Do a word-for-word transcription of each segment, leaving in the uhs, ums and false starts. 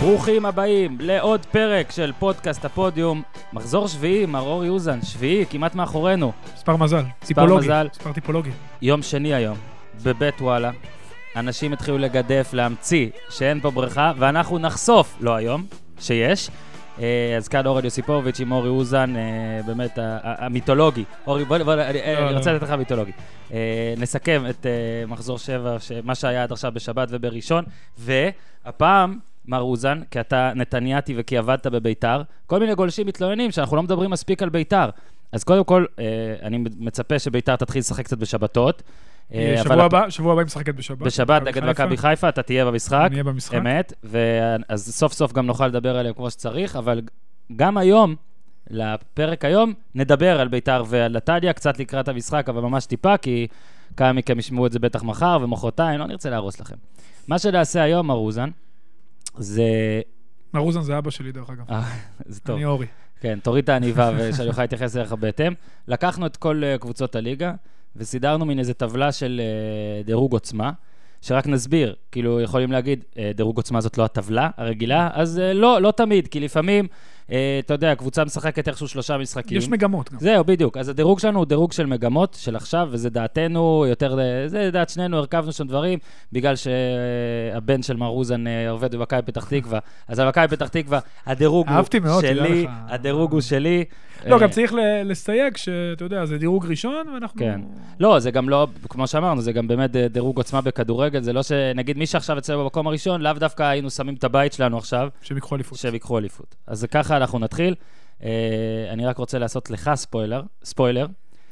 ברוכים הבאים לעוד פרק של פודקאסט הפודיום, מחזור שביעי, מר אורי אוזן, שביעי, כמעט מאחורינו. מספר מזל, מספר טיפולוגי, מזל. מספר טיפולוגי. יום שני היום, בבית וואלה, אנשים התחילו לגדף, להמציא שאין פה בריכה, ואנחנו נחשוף, לא היום, שיש. אז כאן אורן יוסיפוביץ' עם אורי אוזן, באמת המיתולוגי. אורי, בוא, אני רוצה לתת לך מיתולוגי. נסכם את מחזור שבע, מה שהיה עד עכשיו בשבת ובראשון, והפעם, מר אוזן, כי אתה נתניאתי וכי עבדת בביתר, כל מיני גולשים מתלוננים שאנחנו לא מדברים מספיק על ביתר. אז קודם כל, אני מצפה שביתר תתחיל לשחק קצת בשבתות. שבוע הבא, שבוע הבא היא משחקת בשבת. בשבת נגד מכבי חיפה, אתה תהיה במשחק. נהיה במשחק. אמת, אז סוף סוף גם נוכל לדבר עליהם כמו שצריך, אבל גם היום, לפרק היום, נדבר על ביתר ועל נתניה, קצת לקראת המשחק, אבל ממש טיפה, כי כמה מכם ישמעו את זה בטח מחר ומחרתיים, לא נרצה להרוס לכם. מה שנעשה היום, מר אוזן, זה... מר אוזן זה אבא שלי דרך אגב. זה טוב. אני אורי. כן, תוריד את העניבה ושאני אוכל להתייחס אליך בהתאם. לקחנו את כל קבוצות הליגה, וסידרנו מן איזו טבלה של uh, דירוג עוצמה, שרק נסביר, כאילו יכולים להגיד, uh, דירוג עוצמה זאת לא הטבלה הרגילה, אז uh, לא, לא תמיד, כי לפעמים, uh, אתה יודע, הקבוצה משחקת איכשהו שלושה משחקים. יש מגמות גם. זהו, בדיוק. אז הדירוג שלנו הוא דירוג של מגמות של עכשיו, וזה דעתנו, יותר, זה דעת שנינו, הרכבנו שם דברים, בגלל שהבן של מר אוזן uh, עובד בבקאי פתח תקווה, אז בבקאי פתח תקווה, הדירוג הוא שלי, הדירוג הוא שלי. לא, גם צריך לסייג שאתה יודע, זה דירוג ראשון, ואנחנו... כן. לא, זה גם לא, כמו שאמרנו, זה גם באמת דירוג עוצמה בכדורגל, זה לא שנגיד מי שעכשיו אצלנו במקום הראשון, לאו דווקא היינו שמים את הבית שלנו עכשיו. שהם יקחו אליפות. שהם יקחו אליפות. אז ככה אנחנו נתחיל. אני רק רוצה לעשות לך ספוילר, ספוילר.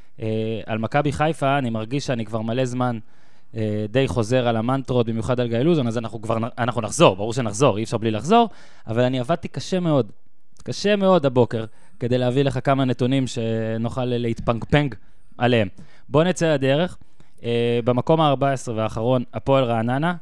על מכבי חיפה, אני מרגיש שאני כבר מלא זמן די חוזר על המנטרות, במיוחד על גיא לוזון, אז אנחנו כבר, אנחנו נחזור, ברור שנחזור, אי אפשר בלי לחזור, אבל אני עבדתי קשה מאוד, קשה מאוד הבוקר, כדי להביא לך כמה נתונים שנוכל להתפנגפנג עליהם. בוא נצא לדרך. במקום ה-ארבע עשרה והאחרון, הפועל רעננה,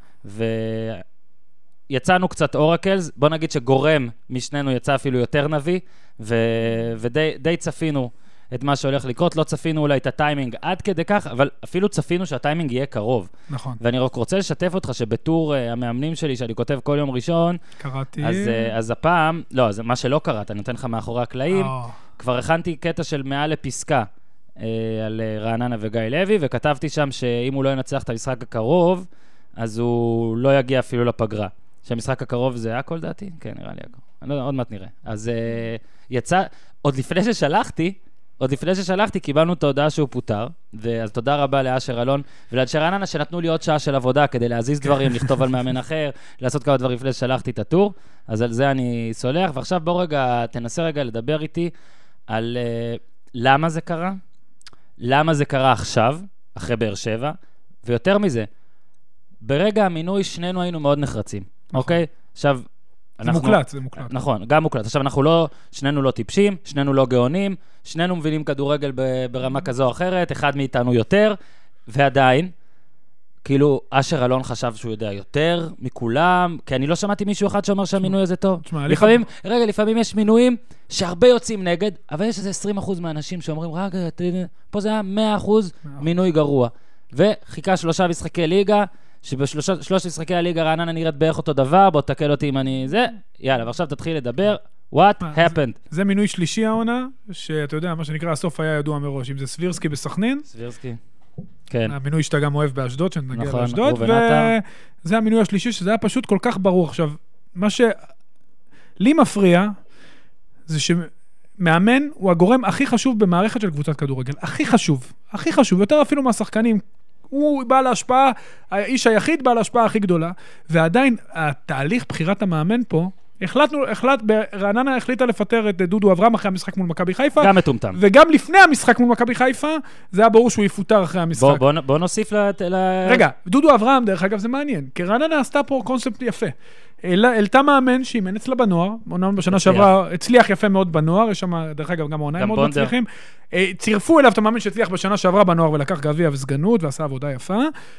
ויצאנו קצת אורקלס, בוא נגיד שגורם משנינו יצא אפילו יותר נביא, ו... ודי די צפינו את מה שהולך לקרות, לא צפינו אולי את הטיימינג עד כדי כך, אבל אפילו צפינו שהטיימינג יהיה קרוב. נכון. ואני רק רוצה לשתף אותך שבטור uh, המאמנים שלי, שאני כותב כל יום ראשון, קראתי. אז, uh, אז הפעם, לא, אז מה שלא קראת, אני נותן לך מאחורי הקלעים, oh. כבר הכנתי קטע של מעל לפסקה uh, על uh, רעננה וגיא לוי, וכתבתי שם שאם הוא לא ינצח את המשחק הקרוב, אז הוא לא יגיע אפילו לפגרה. שהמשחק הקרוב זה הכל דעתי? כן, נראה לי הכל. אני לא יודע, עוד מעט נראה. אז uh, יצא, עוד לפני ששלחתי, עוד לפני ששלחתי, קיבלנו את ההודעה שהוא פוטר, ואז תודה רבה לאשר אלון ולאנשי רעננה שנתנו לי עוד שעה של עבודה כדי להזיז דברים, לכתוב על מאמן אחר, לעשות כמה דברים לפני ששלחתי את הטור, אז על זה אני סולח, ועכשיו בוא רגע, תנסה רגע לדבר איתי על uh, למה זה קרה, למה זה קרה עכשיו, אחרי באר שבע, ויותר מזה, ברגע המינוי שנינו היינו מאוד נחרצים, אוקיי? עכשיו, זה מוקלט, זה מוקלט. נכון, גם מוקלט. עכשיו אנחנו לא, שנינו לא טיפשים, שנינו לא גאונים, שנינו מבינים כדורגל ברמה כזו או אחרת, אחד מאיתנו יותר, ועדיין, כאילו, אשר אלון חשב שהוא יודע יותר מכולם, כי אני לא שמעתי מישהו אחד שאומר שהמינוי הזה טוב. לפעמים, רגע, לפעמים יש מינויים שהרבה יוצאים נגד, אבל יש איזה עשרים אחוז מהאנשים שאומרים, רגע, פה זה היה מאה אחוז מינוי גרוע. וחיכה שלושה משחקי ליגה, שבשלוש משחקי הליגה רעננה נראית בערך אותו דבר, בוא תקל אותי אם אני זה, יאללה, ועכשיו תתחיל לדבר, what happened? זה מינוי שלישי העונה, שאתה יודע, מה שנקרא, הסוף היה ידוע מראש, אם זה סבירסקי בסכנין. סבירסקי, כן. המינוי שאתה גם אוהב באשדוד, שנגיע נכון, לאשדוד, וזה המינוי השלישי, שזה היה פשוט כל כך ברור. עכשיו, מה שלי מפריע, זה שמאמן הוא הגורם הכי חשוב במערכת של קבוצת כדורגל, הכי חשוב, הכי חשוב, יותר אפילו מהשחקנים, הוא בא להשפעה, האיש היחיד בא להשפעה הכי גדולה, ועדיין התהליך בחירת המאמן פה, החלטנו, החלט, רעננה החליטה לפטר את דודו אברהם אחרי המשחק מול מכבי חיפה. גם מטומטם. וגם לפני המשחק מול מכבי חיפה, זה היה ברור שהוא יפוטר אחרי המשחק. בוא, בוא, בוא נוסיף ל... רגע, דודו אברהם, דרך אגב, זה מעניין, כי רעננה עשתה פה קונספט יפה. העלתה מאמן שאימן אצלה בנוער, אומנם בשנה שעברה הצליח יפה מאוד בנוער, יש שם, דרך אגב, גם העוניים מאוד מצליחים. צירפו אליו את המאמן שהצליח בשנה שעברה בנוער ולקח גביע וסגנות ועשה עבודה יפה.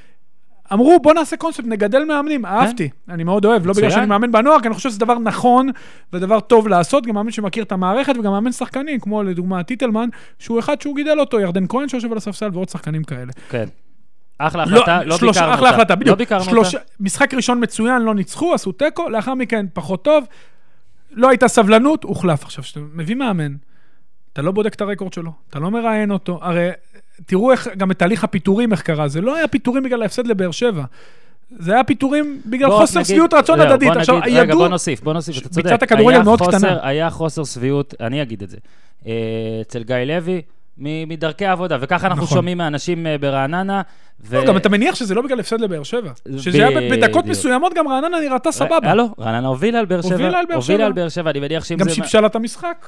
אמרו, בוא נעשה קונספט, נגדל מאמנים, אהבתי, אני מאוד אוהב, לא בגלל שאני מאמן בנוער, כי אני חושב שזה דבר נכון ודבר טוב לעשות, גם מאמן שמכיר את המערכת וגם מאמן שחקנים, כמו לדוגמה טיטלמן, שהוא אחד שהוא גידל אותו, ירדן כהן שיושב על הספסל ועוד שחקנים כאלה. כן. אחלה החלטה, לא ביקרנו אותה. אחלה החלטה, בדיוק. משחק ראשון מצוין, לא ניצחו, עשו טקו, לאחר מכן פחות טוב, לא הייתה סבלנות, הוחלף. עכשיו, שאתה מביא מאמן, אתה לא בודק את הרקורד שלו, אתה לא מראיין אותו, הרי תראו איך, גם את תהליך הפיתורים, איך קרה, זה לא היה פיתורים בגלל ההפסד לבאר שבע, זה היה פיתורים בגלל חושר שביעות רצון הדדית. רגע, בוא נוסיף, בוא נוסיף, אתה צודק. ביצעת הכדורגל מאוד קטנה. היה חוסר שביעות, אני אגיד את זה, אצל גיא לוי, מדרכי העבודה, וככה אנחנו שומעים מאנשים ברעננה. גם אתה מניח שזה לא בגלל הפסד לבאר שבע, שזה היה בדקות מסוימות, גם רעננה נראתה סבבה. לא, רעננה הובילה על באר שבע. הובילה על באר שבע, אני מניח שאם זה... גם שיבשה את המשחק.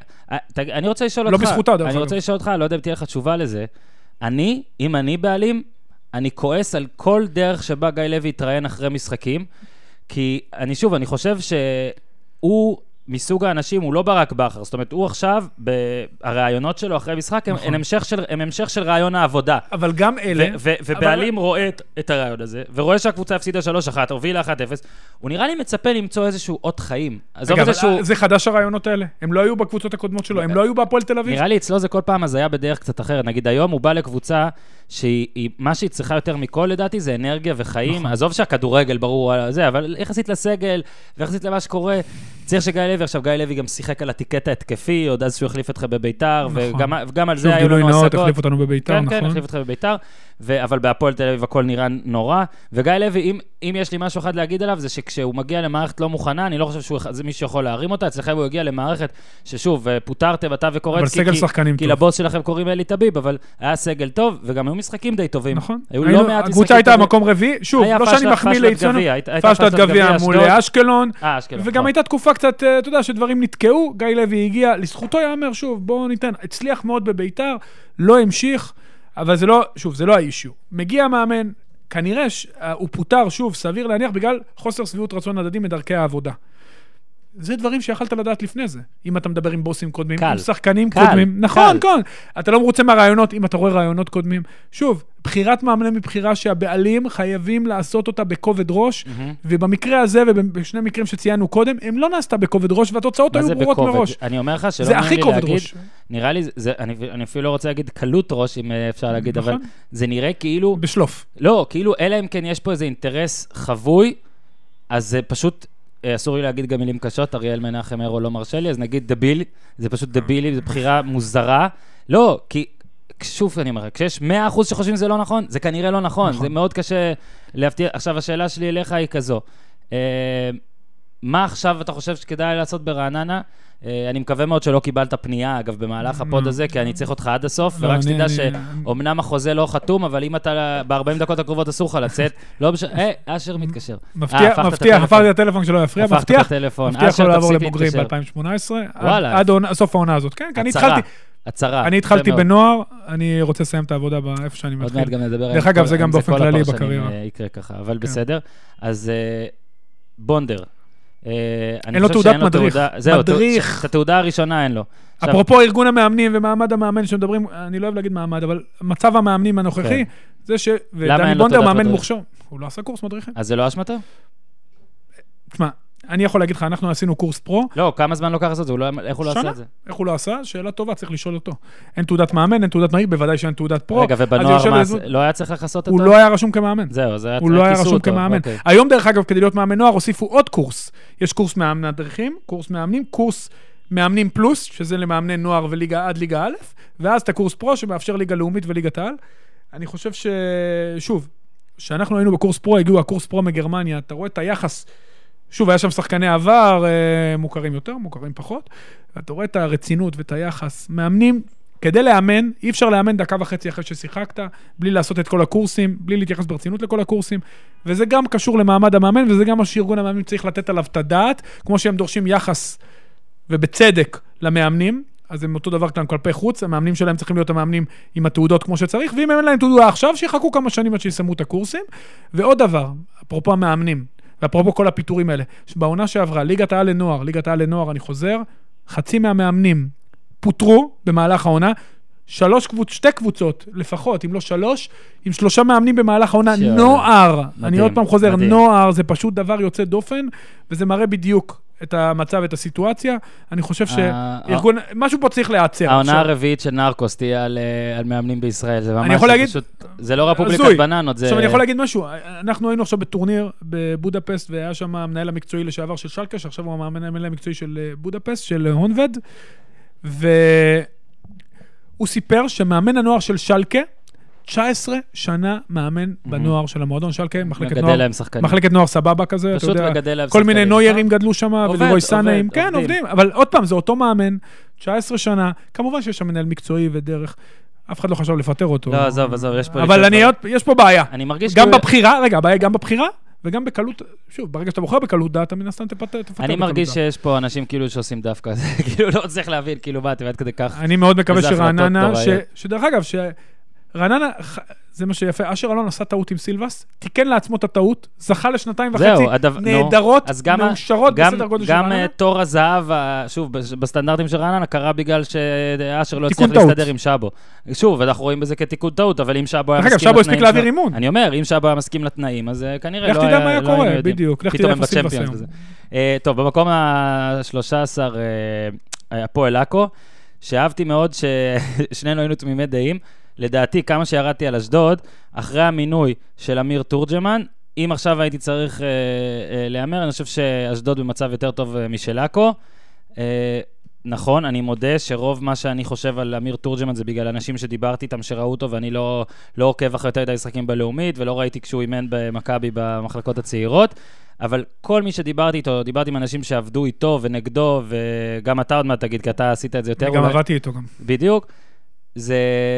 אני רוצה לשאול אותך, לא בזכותה, דרך אגב. אני רוצה לשאול אותך, לא יודע אם תהיה לך תשובה לזה. אני, אם אני בעלים, אני כועס על כל דרך שבה גיא לוי יתראיין אחרי משחקים, כי אני שוב, אני חושב שהוא מסוג האנשים, הוא לא ברק בכר, זאת אומרת, הוא עכשיו, הרעיונות שלו אחרי משחק, נכון. הם, המשך של, הם המשך של רעיון העבודה. אבל גם אלה... ו- ו- ובעלים אבל... רואה את, את הרעיון הזה, ורואה שהקבוצה הפסידה שלוש אחת, הובילה אחת אפס, הוא נראה לי מצפה למצוא איזשהו עוד חיים. אגב, זה, שהוא... זה חדש הרעיונות האלה, הם לא היו בקבוצות הקודמות שלו, הם לא היו בהפועל תל אביב. נראה לי אצלו זה כל פעם, אז היה בדרך קצת אחרת. נגיד היום הוא בא לקבוצה שהיא, מה שהיא צריכה יותר מכל לדעתי, זה אנרגיה וחיים. נכון. עזוב שהכדורגל ברור זה, אבל יחסית לסגל, ויחסית למה שקורה, צריך שגיא לוי, עכשיו גיא לוי גם שיחק על הטיקט ההתקפי, עוד אז שהוא החליף אתך בביתר, וגם, וגם על זה היו לנו השגות. החליף אותנו בביתר, כן, נכון. כן, החליף אותך בביתר, ו... אבל בהפועל תל אביב הכל נראה נורא, וגיא לוי, אם, אם יש לי משהו אחד להגיד עליו, זה שכשהוא מגיע למערכת לא מוכנה, אני לא חושב שזה מישהו יכול להרים אותה, אצלכם הוא הגיע למערכת ששוב, פוטרתם אתה וקורצקי, כי, כי לבוס שלכם קוראים אלי טביב, אבל היה סגל טוב, וגם היו משחקים די טובים. נכון. היו לא מעט הקבוצה הייתה מקום רביעי, שוב, לא שאני מחמיא ליצאנו, פשלת גביע מול אשקלון, וגם הייתה תקופה קצת, אתה יודע, שדברים נתקעו, גיא לוי הגיע, לזכותו יאמר, שוב, בואו ניתן, הצליח מאוד בביתר, לא המשיך, אבל זה לא, שוב, זה לא האישיו. מגיע המאמן, כנראה הוא פוטר, שוב, סביר להניח, בגלל חוסר שביעות רצון הדדי מדרכי העבודה. זה דברים שיכלת לדעת לפני זה. אם אתה מדבר עם בוסים קודמים, קל. עם שחקנים קל, קודמים. קל. נכון, נכון. אתה לא מרוצה מהרעיונות, אם אתה רואה רעיונות קודמים. שוב, בחירת מאמנים מבחירה שהבעלים חייבים לעשות אותה בכובד ראש, mm-hmm. ובמקרה הזה, ובשני מקרים שציינו קודם, הם לא נעשתה בכובד ראש, והתוצאות היו ברורות מראש. אני אומר לך שלא זה הכי לי כובד להגיד, ראש. נראה לי, זה, אני, אני אפילו לא רוצה להגיד קלות ראש, אם אפשר להגיד, נכון. אבל זה נראה כאילו... בשלוף. לא, כאילו, אלא אם כן יש פה איזה אינטרס חבוי, אז זה פשוט... אסור לי להגיד גם מילים קשות, אריאל מנחם אירו לא מרשה לי, אז נגיד דבילי, זה פשוט דבילי, זו בחירה מוזרה. לא, כי, שוב אני אומר, כשיש מאה אחוז שחושבים שזה לא נכון, זה כנראה לא נכון, נכון. זה מאוד קשה להבטיח. עכשיו, השאלה שלי אליך היא כזו, מה עכשיו אתה חושב שכדאי לעשות ברעננה? אני מקווה מאוד שלא קיבלת פנייה, אגב, במהלך הפוד הזה, כי אני צריך אותך עד הסוף, ורק שתדע שאומנם החוזה לא חתום, אבל אם אתה ב-ארבעים דקות הקרובות אסור לך לצאת, לא בשביל... אה, אשר מתקשר. מבטיח, מבטיח, הפכתי את הטלפון שלא יפריע, מבטיח, מבטיח לא לעבור לבוגרים ב-אלפיים שמונה עשרה, עד סוף העונה הזאת, כן? כי אני התחלתי... הצרה. אני התחלתי בנוער, אני רוצה לסיים את העבודה באיפה שאני מתחיל. עוד מעט גם נדבר. דרך אגב, זה גם באופן כללי בקריירה. יקרה ככה, אבל בסדר. אז בונדר. אין לו תעודת מדריך. מדריך. את התעודה הראשונה אין לו. אפרופו ארגון המאמנים ומעמד המאמן שמדברים, אני לא אוהב להגיד מעמד, אבל מצב המאמנים הנוכחי, זה ש... ודני בונדר מאמן מוכשר. הוא לא עשה קורס מדריכים. אז זה לא אשמתו? תשמע, אני יכול להגיד לך, אנחנו עשינו קורס פרו. לא, כמה זמן לוקח לעשות את זה? איך הוא לא עשה את זה? איך הוא לא עשה? שאלה טובה, צריך לשאול אותו. אין תעודת מאמן, אין תעודת מדריך, בוודאי שאין תעודת פרו. רגע, ובנוער לא היה צריך לחסות אותו? הוא לא היה רשום כמאמן. זהו, זה היה הוא לא היה רשום כמאמן. היום, דרך אגב, כדי להיות מאמן נוער, הוסיפו עוד קורס. יש קורס מאמן מדריכים, קורס מאמנים, קורס מאמנים פלוס, שזה למאמני נוער וליגה עד ליגה א', ואז את הקורס פרו שמאפשר ליגה לאומית וליגת העל. אני חושב ש... שוב, שאנחנו היינו בקורס פרו, הגיעו הקורס פרו מגרמניה, אתה רואה את היחס, שוב, היה שם שחקני עבר, מוכרים יותר, מוכרים פחות, ואתה רואה את הרצינות ואת היחס. מאמנים, כדי לאמן, אי אפשר לאמן דקה וחצי אחרי ששיחקת, בלי לעשות את כל הקורסים, בלי להתייחס ברצינות לכל הקורסים, וזה גם קשור למעמד המאמן, וזה גם מה שארגון המאמנים צריך לתת עליו את הדעת, כמו שהם דורשים יחס ובצדק למאמנים, אז הם אותו דבר כאן כלפי חוץ, המאמנים שלהם צריכים להיות המאמנים עם התעודות כמו שצריך, ואם אין להם תעודה עכשיו, שיחכו כמה שנים עד שיסיימו את הקורסים. ועוד דבר, אפרופו המאמנים, ואפרופו כל הפיתורים האלה, שבעונה שעברה, ליגת העל לנוער, ליגת העל לנוער, אני חוזר, חצי מהמאמנים פוטרו במהלך העונה, שלוש קבוצות, שתי קבוצות לפחות, אם לא שלוש, עם שלושה מאמנים במהלך העונה, נוער, אני עוד פעם חוזר, נוער, זה פשוט דבר יוצא דופן, וזה מראה בדיוק את המצב, את הסיטואציה. אני חושב שארגון, משהו פה צריך להיעצר. העונה הרביעית של נרקוס תהיה על מאמנים בישראל. זה ממש פשוט, זה לא רפובליקת בננות. עכשיו אני יכול להגיד משהו. אנחנו היינו עכשיו בטורניר בבודפסט, והיה שם המנהל המקצועי לשעבר של שלקה, שעכשיו הוא המנהל המקצועי של בודפסט, של הונבד, והוא סיפר שמאמן הנוער של שלקה, תשע עשרה שנה מאמן בנוער של המועדון שלקה, מחלקת נוער סבבה כזה, פשוט מגדל להם כל מיני נוירים גדלו שם, ולרוי סנאים, כן, עובדים, אבל עוד פעם, זה אותו מאמן, תשע עשרה שנה, כמובן שיש שם מנהל מקצועי ודרך, אף אחד לא חשב לפטר אותו. לא, עזוב, עזוב, יש פה... אבל יש פה בעיה. אני מרגיש גם בבחירה, רגע, הבעיה גם בבחירה, וגם בקלות, שוב, ברגע שאתה בוחר בקלות דעת, מן הסתם תפטר בקלות דעת. אני מרגיש שיש פה אנשים כאילו שעושים דווקא, כאילו לא צריך להבין, כאילו מה, תבד כדי כך. אני מאוד מקווה שרעננה, שדרך אגב, רעננה, זה מה שיפה, אשר אלון עשה טעות עם סילבס, תיקן לעצמו את הטעות, זכה לשנתיים וחצי, נהדרות, מאושרות בסדר גודל של רעננה. גם תור הזהב, שוב, בסטנדרטים של רעננה, קרה בגלל שאשר לא הצליח להסתדר עם שבו. שוב, אנחנו רואים בזה כתיקון טעות, אבל אם שבו היה מסכים לתנאים... שבו הספיק להעביר אימון. אני אומר, אם שבו היה מסכים לתנאים, אז כנראה לא היינו יודעים. לך תדע מה היה קורה, בדיוק. לך תדע איפה סילבס היום. טוב, במקום ה-שלושה עשר הפועל עכו, שאהבתי מאוד ששנינו היינו תמימי דעים. לדעתי, כמה שירדתי על אשדוד, אחרי המינוי של אמיר תורג'מן, אם עכשיו הייתי צריך אה, אה, לאמר, אני חושב שאשדוד במצב יותר טוב אה, משל עכו. אה, נכון, אני מודה שרוב מה שאני חושב על אמיר תורג'מן זה בגלל אנשים שדיברתי איתם שראו אותו, ואני לא, לא עוקב אחרי יותר משחקים בלאומית, ולא ראיתי כשהוא אימן במכבי במחלקות הצעירות, אבל כל מי שדיברתי איתו, דיברתי עם אנשים שעבדו איתו ונגדו, וגם אתה עוד מה תגיד, כי אתה עשית את זה יותר. אני גם עבדתי איתו גם. בדיוק. זה...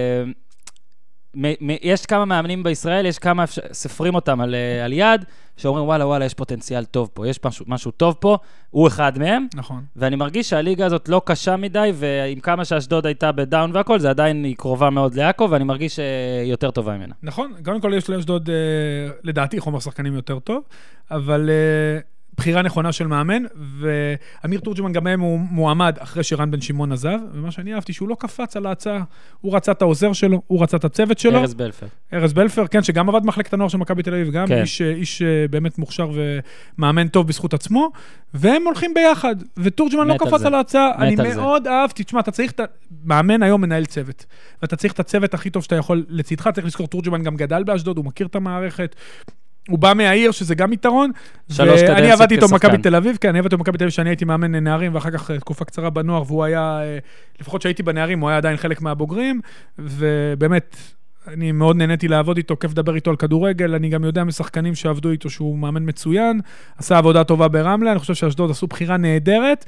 יש כמה מאמנים בישראל, יש כמה ספרים אותם על, על יד, שאומרים וואלה וואלה יש פוטנציאל טוב פה, יש משהו, משהו טוב פה, הוא אחד מהם. נכון. ואני מרגיש שהליגה הזאת לא קשה מדי, ועם כמה שאשדוד הייתה בדאון והכל, זה עדיין היא קרובה מאוד לעכו, ואני מרגיש יותר טובה ממנה. נכון, גם כל יש לאשדוד, לדעתי חומר שחקנים יותר טוב, אבל... בחירה נכונה של מאמן, ואמיר תורג'מן גם הוא מועמד אחרי שרן בן שמעון עזב, ומה שאני אהבתי שהוא לא קפץ על ההצעה, הוא רצה את העוזר שלו, הוא רצה את הצוות שלו. ארז בלפר. ארז בלפר, כן, שגם עבד מחלקת הנוער של מכבי תל אביב, גם כן. איש, איש באמת מוכשר ומאמן טוב בזכות עצמו, והם הולכים ביחד, ותורג'מן לא קפץ על ההצעה, אני מאוד אהבתי, תשמע, אתה צריך, מאמן היום מנהל צוות, ואתה צריך את הצוות הכי טוב שאתה יכול לצדך, צריך לזכור, תורג'מן גם גדל באשדוד, הוא מכיר את המערכת, הוא בא מהעיר, שזה גם יתרון, ואני עבדתי איתו במכבי תל אביב, כן, אני עבדתי במכבי תל אביב שאני הייתי מאמן נערים, ואחר כך תקופה קצרה בנוער, והוא היה, לפחות שהייתי בנערים, הוא היה עדיין חלק מהבוגרים, ובאמת, אני מאוד נהניתי לעבוד איתו, כיף לדבר איתו על כדורגל, אני גם יודע משחקנים שעבדו איתו שהוא מאמן מצוין, עשה עבודה טובה ברמלה, אני חושב שאשדוד עשו בחירה נהדרת,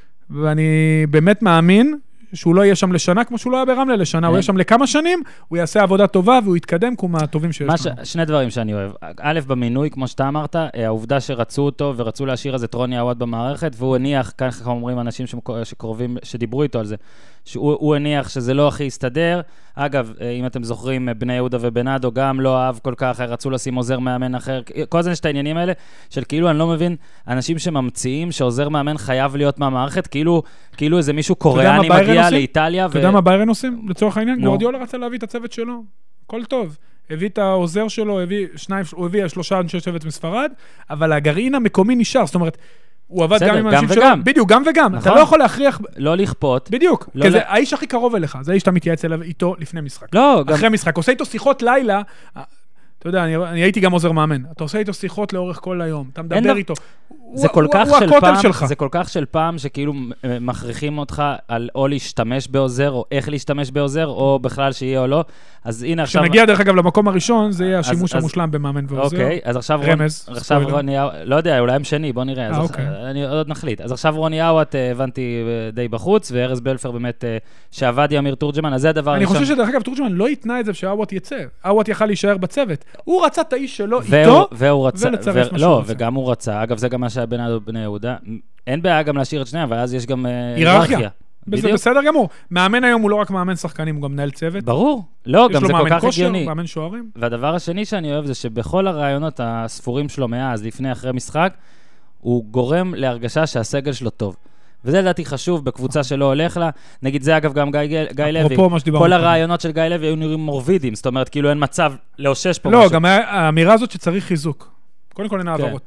ואני באמת מאמין, שהוא לא יהיה שם לשנה, כמו שהוא לא היה ברמלה לשנה, הוא יהיה שם לכמה שנים, הוא יעשה עבודה טובה, והוא יתקדם כמו מהטובים שיש לנו. שני דברים שאני אוהב. א', במינוי, כמו שאתה אמרת, העובדה שרצו אותו, ורצו להשאיר איזה טרוני עווד במערכת, והוא הניח, ככה אומרים אנשים שקרובים, שדיברו איתו על זה, שהוא הניח שזה לא הכי יסתדר. אגב, אם אתם זוכרים, בני יהודה ובנאדו גם לא אהב כל כך, רצו לשים עוזר מאמן אחר. כל זה יש את העניינים האלה, של כאילו אני לא מבין, אנשים שממציאים שעוזר מאמן חייב להיות מהמערכת, כאילו, כאילו איזה מישהו קוריאני מגיע לאיטליה. אתה יודע מה ביירן עושים? לצורך העניין, גוארדיולה רצה להביא את הצוות שלו. הכל טוב. הביא את העוזר שלו, הביא שניים, הוא הביא שלושה אנשי שבט מספרד, אבל הגרעין המקומי נשאר, זאת אומרת, הוא עבד גם עם אנשים שלו. בדיוק, גם וגם. אתה לא יכול להכריח... לא לכפות. בדיוק. כי זה האיש הכי קרוב אליך. זה האיש שאתה מתייעץ אליו איתו לפני משחק. לא, גם... אחרי משחק. עושה איתו שיחות לילה. אתה יודע, אני, אני הייתי גם עוזר מאמן. אתה עושה איתו שיחות לאורך כל היום. אתה מדבר איתו. זה כל כך של פעם, זה כל כך של פעם שכאילו מכריחים אותך על או להשתמש בעוזר, או איך להשתמש בעוזר, או בכלל שיהיה או לא. אז הנה עכשיו... כשנגיע דרך אגב למקום הראשון, זה יהיה השימוש המושלם במאמן ועוזר. אוקיי, אז עכשיו רוני, לא יודע, אולי הם שני, בוא נראה. אני עוד נחליט. אז עכשיו רוני אוואט הבנתי די בחוץ, וארז בלפר באמת שעבד עם אמיר תורג'מן, אז זה הדבר הראשון. אני חושב שדרך אגב תורג'מן לא יתנה את זה שאוואט יצא. אוואט יכל להישאר בצוות. הוא רצה את האיש שלו איתו, ולצרף משהו. לא, וגם הוא רצה. אגב, זה גם מה שהיה בנאדו בני יהודה. אין בעיה גם להשאיר את שניהם, אבל אז יש גם היררכיה. זה בסדר גמור. מאמן היום הוא לא רק מאמן שחקנים, הוא גם מנהל צוות. ברור. לא, גם זה כל כך כושר, הגיוני. מאמן שוערים. והדבר השני שאני אוהב זה שבכל הרעיונות הספורים שלו מאז, לפני אחרי משחק, הוא גורם להרגשה שהסגל שלו טוב. וזה לדעתי חשוב בקבוצה שלא הולך לה. נגיד זה אגב גם גיא, גיא לוי. כל הרעיונות של גיא לוי היו נראים מורבידים, זאת אומרת כאילו אין מצב לאושש פה לא, משהו. גם האמירה הזאת שצריך חיזוק. קודם כל אין העברות.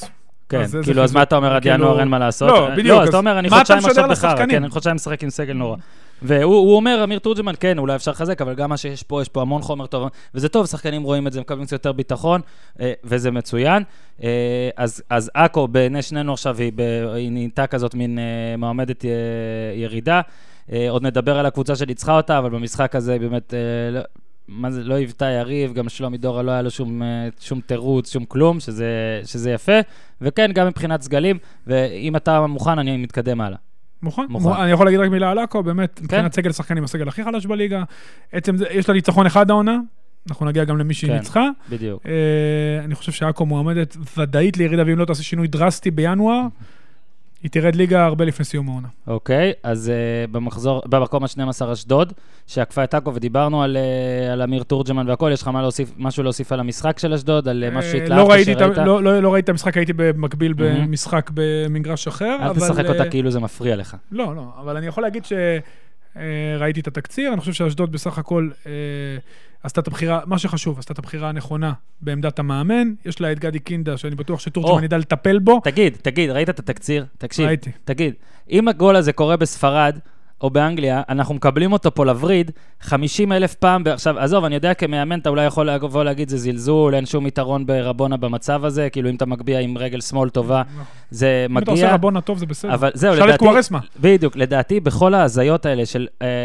כן, כאילו, אז מה אתה אומר, עד ינואר אין מה לעשות? לא, בדיוק. לא, אז אתה אומר, אני חודשיים עכשיו בחר, כן, אני חודשיים משחק עם סגל נורא. והוא אומר, אמיר תורג'מן, כן, אולי אפשר לחזק, אבל גם מה שיש פה, יש פה המון חומר טוב, וזה טוב, שחקנים רואים את זה, מקבלים קצת יותר ביטחון, וזה מצוין. אז אקו, בעיני שנינו עכשיו, היא נהייתה כזאת מין מעומדת ירידה. עוד נדבר על הקבוצה שניצחה אותה, אבל במשחק הזה באמת מה זה, לא היוותה יריב, גם שלומי דורה לא היה לו שום, שום תירוץ, שום כלום, שזה, שזה יפה. וכן, גם מבחינת סגלים, ואם אתה מוכן, אני מתקדם הלאה. מוכן? מוכן. אני יכול להגיד רק מילה על אקו, באמת, מבחינת סגל שחקנים, הסגל הכי חלש בליגה. עצם זה, יש לה ניצחון אחד העונה, אנחנו נגיע גם למי שהיא ניצחה. בדיוק. אני חושב שאקו מועמדת ודאית לירידה, ואם לא תעשה שינוי דרסטי בינואר, היא תרד ליגה הרבה לפני סיום העונה. אוקיי, אז uh, במחזור, במקום ה-שנים עשר אשדוד, שעקפה את אקו, ודיברנו על, uh, על אמיר תורג'מן והכל, יש לך מה להוסיף, משהו להוסיף על המשחק של אשדוד, על uh, משהו שהתלהבת לא שראית? לא, לא, לא ראיתי את המשחק, הייתי במקביל במשחק במגרש אחר. אל תשחק אותה כאילו זה מפריע לך. לא, לא, אבל אני יכול להגיד שראיתי את התקציר, אני חושב שאשדוד בסך הכל עשתה את הבחירה, מה שחשוב, עשתה את הבחירה הנכונה בעמדת המאמן, יש לה את גדי קינדה, שאני בטוח שתורג'מן ידע לטפל בו. תגיד, תגיד, ראית את התקציר? תקשיב, ראיתי. תגיד, אם הגול הזה קורה בספרד, או באנגליה, אנחנו מקבלים אותו פה לבריד, חמישים אלף פעם, עכשיו, עזוב, אני יודע כמאמן, אתה אולי יכול לבוא להגיד, זה זלזול, אין שום יתרון ברבונה במצב הזה, כאילו אם אתה מגביע עם רגל שמאל טובה, זה מגיע... אם אתה עושה רבונה טוב, זה בסדר. אבל זהו, לדעתי... בדיוק, לדעתי, בכל ההזיות האלה של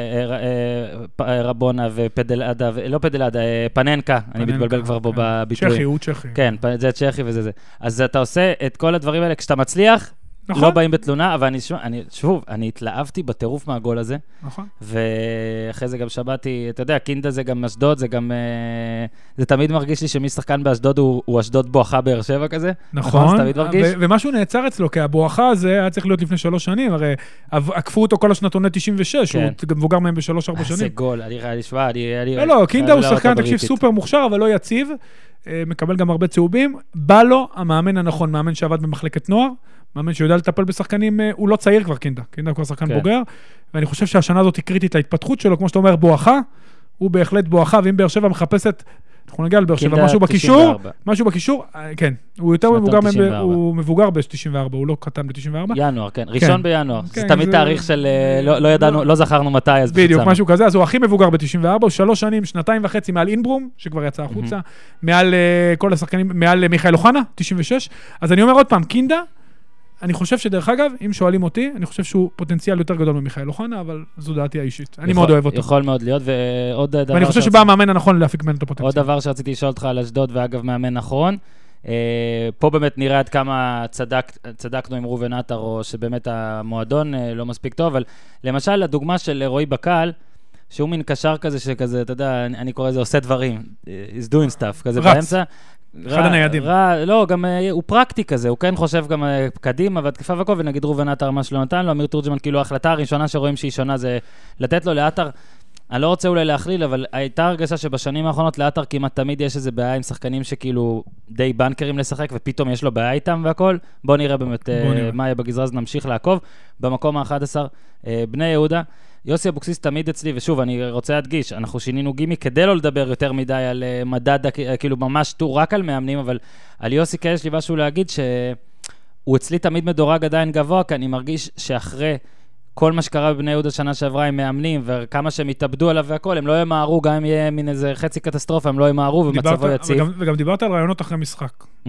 רבונה ופדלדה, לא פדלדה, פננקה, אני מתבלבל כבר פה בביטוי. צ'כי, הוא צ'כי. כן, זה צ'כי וזה זה. אז אתה עושה את כל הדברים האלה, כשאתה מצליח, נכון. לא באים בתלונה, אבל אני, אני, שוב, אני התלהבתי בטירוף מהגול הזה. נכון. ואחרי זה גם שבאתי, אתה יודע, קינדה זה גם אשדוד, זה גם, זה תמיד מרגיש לי שמי שחקן באשדוד הוא, הוא אשדוד בואכה באר שבע כזה. נכון. נכון, תמיד מרגיש. ו- ומשהו נעצר אצלו, כי הבואכה הזה היה צריך להיות לפני שלוש שנים, הרי עקפו אותו כל השנתוני תשעים ושש, כן. הוא גם מבוגר מהם בשלוש ארבע שנים. זה גול, אני ראה לי שווה, אני... אני לא, לא, קינדה הוא שחקן, תקשיב, סופר מוכשר, אבל לא יציב, מקבל גם הרבה צהובים. בא לו המאמן הנכון, מאמן שעבד במחלקת נוער, מאמן שיודע לטפל בשחקנים, הוא לא צעיר כבר קינדה, קינדה הוא כבר שחקן כן. בוגר, ואני חושב שהשנה הזאת היא קריטית להתפתחות שלו, כמו שאתה אומר, בואכה, הוא בהחלט בואכה, ואם באר שבע מחפשת, אנחנו נגיע לבאר שבע, משהו בקישור, משהו בקישור, כן, הוא יותר מבוגר, הוא מבוגר ב-תשעים וארבע, הוא לא קטן ב-תשעים וארבע. ינואר, כן, ראשון בינואר, זה תמיד תאריך של, לא ידענו, לא זכרנו מתי, אז בדיוק, משהו כזה, אז הוא הכי מבוגר ב-תשעים וארבע, הוא שלוש שנים, שנתיים וחצי מעל אינברום, שכבר יצא החוצה, מעל כל השחקנים, מעל מיכאל אוחנה, תשעים ושש, אז אני אומר עוד פעם, קינדה, אני חושב שדרך אגב, אם שואלים אותי, אני חושב שהוא פוטנציאל יותר גדול ממיכאל אוחנה, אבל זו דעתי האישית. אני מאוד אוהב אותו. יכול מאוד להיות, ועוד דבר... ואני חושב שבא המאמן הנכון להפיק ממנו את הפוטנציאל. עוד דבר שרציתי לשאול אותך על אשדוד, ואגב מאמן נכון, פה באמת נראה עד כמה צדקנו עם ראובן עטר, או שבאמת המועדון לא מספיק טוב, אבל למשל, הדוגמה של רועי בקל, שהוא מין קשר כזה, שכזה, אתה יודע, אני קורא לזה עושה דברים, is doing stuff, כזה באמצע. אחד הניידים. לא, גם הוא פרקטי כזה, הוא כן חושב גם קדימה והתקפה וכל, ונגיד ראובן עטר מה שלא נתן לו, אמיר תורג'מן, כאילו ההחלטה הראשונה שרואים שהיא שונה זה לתת לו לעטר, אני לא רוצה אולי להכליל, אבל הייתה הרגשה שבשנים האחרונות לעטר כמעט תמיד יש איזה בעיה עם שחקנים שכאילו די בנקרים לשחק, ופתאום יש לו בעיה איתם והכל, בוא נראה באמת מה יהיה בגזרה, אז נמשיך לעקוב. במקום ה-אחד עשר, בני יהודה, יוסי אבוקסיס תמיד אצלי, ושוב, אני רוצה להדגיש, אנחנו שינינו גימי כדי לא לדבר יותר מדי על מדד, כאילו ממש טור רק על מאמנים, אבל על יוסי כאלה יש לי משהו להגיד, שהוא אצלי תמיד מדורג עדיין גבוה, כי אני מרגיש שאחרי כל מה שקרה בבני יהודה שנה שעברה עם מאמנים, וכמה שהם התאבדו עליו והכל, הם לא ימהרו, גם אם יהיה מין איזה חצי קטסטרופה, הם לא ימהרו, ומצבו יציב. וגם, וגם דיברת על רעיונות אחרי משחק. Mm-hmm.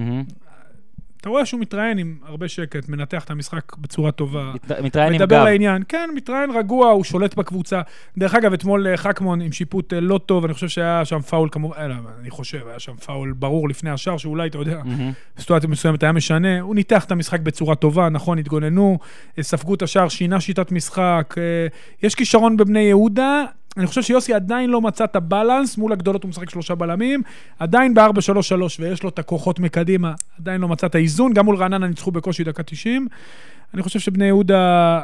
אתה רואה שהוא מתראיין עם הרבה שקט, מנתח את המשחק בצורה טובה. מתראיין עם גב. מדבר לעניין. כן, מתראיין רגוע, הוא שולט בקבוצה. דרך אגב, אתמול חכמון עם שיפוט לא טוב, אני חושב שהיה שם פאול כמובן, אלא, אני חושב, היה שם פאול ברור לפני השאר, שאולי, אתה יודע, בסיטואציה מסוימת היה משנה. הוא ניתח את המשחק בצורה טובה, נכון, התגוננו, ספגו את השאר, שינה שיטת משחק. יש כישרון בבני יהודה, אני חושב שיוסי עדיין לא מצא את הבלנס, מול הגדולות הוא משחק שלושה בלמים, עדיין ב-ארבע שלוש שלוש, ויש לו את הכוחות מקדימה, עדיין לא מצא את האיזון, גם מול רעננה ניצחו בקושי דקה תשעים. אני חושב שבני יהודה,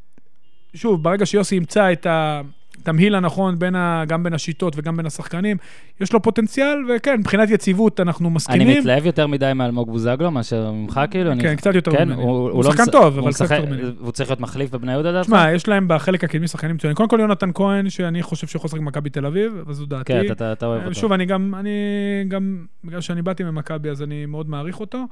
שוב, ברגע שיוסי ימצא את התמהיל הנכון, בין ה, גם בין השיטות וגם בין השחקנים, יש לו פוטנציאל, וכן, מבחינת יציבות אנחנו מסכימים. אני מתלהב יותר מדי מאלמוג בוזגלו, מאשר ממך כאילו. כן, אני... קצת יותר כן, ממני. הוא, הוא שחקן טוב, אבל קצת יותר ממני. והוא צריך להיות מחליף בבני יהודה דעתך? תשמע, יש להם בחלק הקדמי שחקנים מצוינים. קודם כל יונתן כהן, שאני חושב שהוא חוסר עם מכבי תל אביב, וזו דעתי. כן, אתה, אתה אוהב אותו. שוב, אני גם, אני גם, בגלל שאני באתי ממכבי, אז אני מאוד מעריך אותו.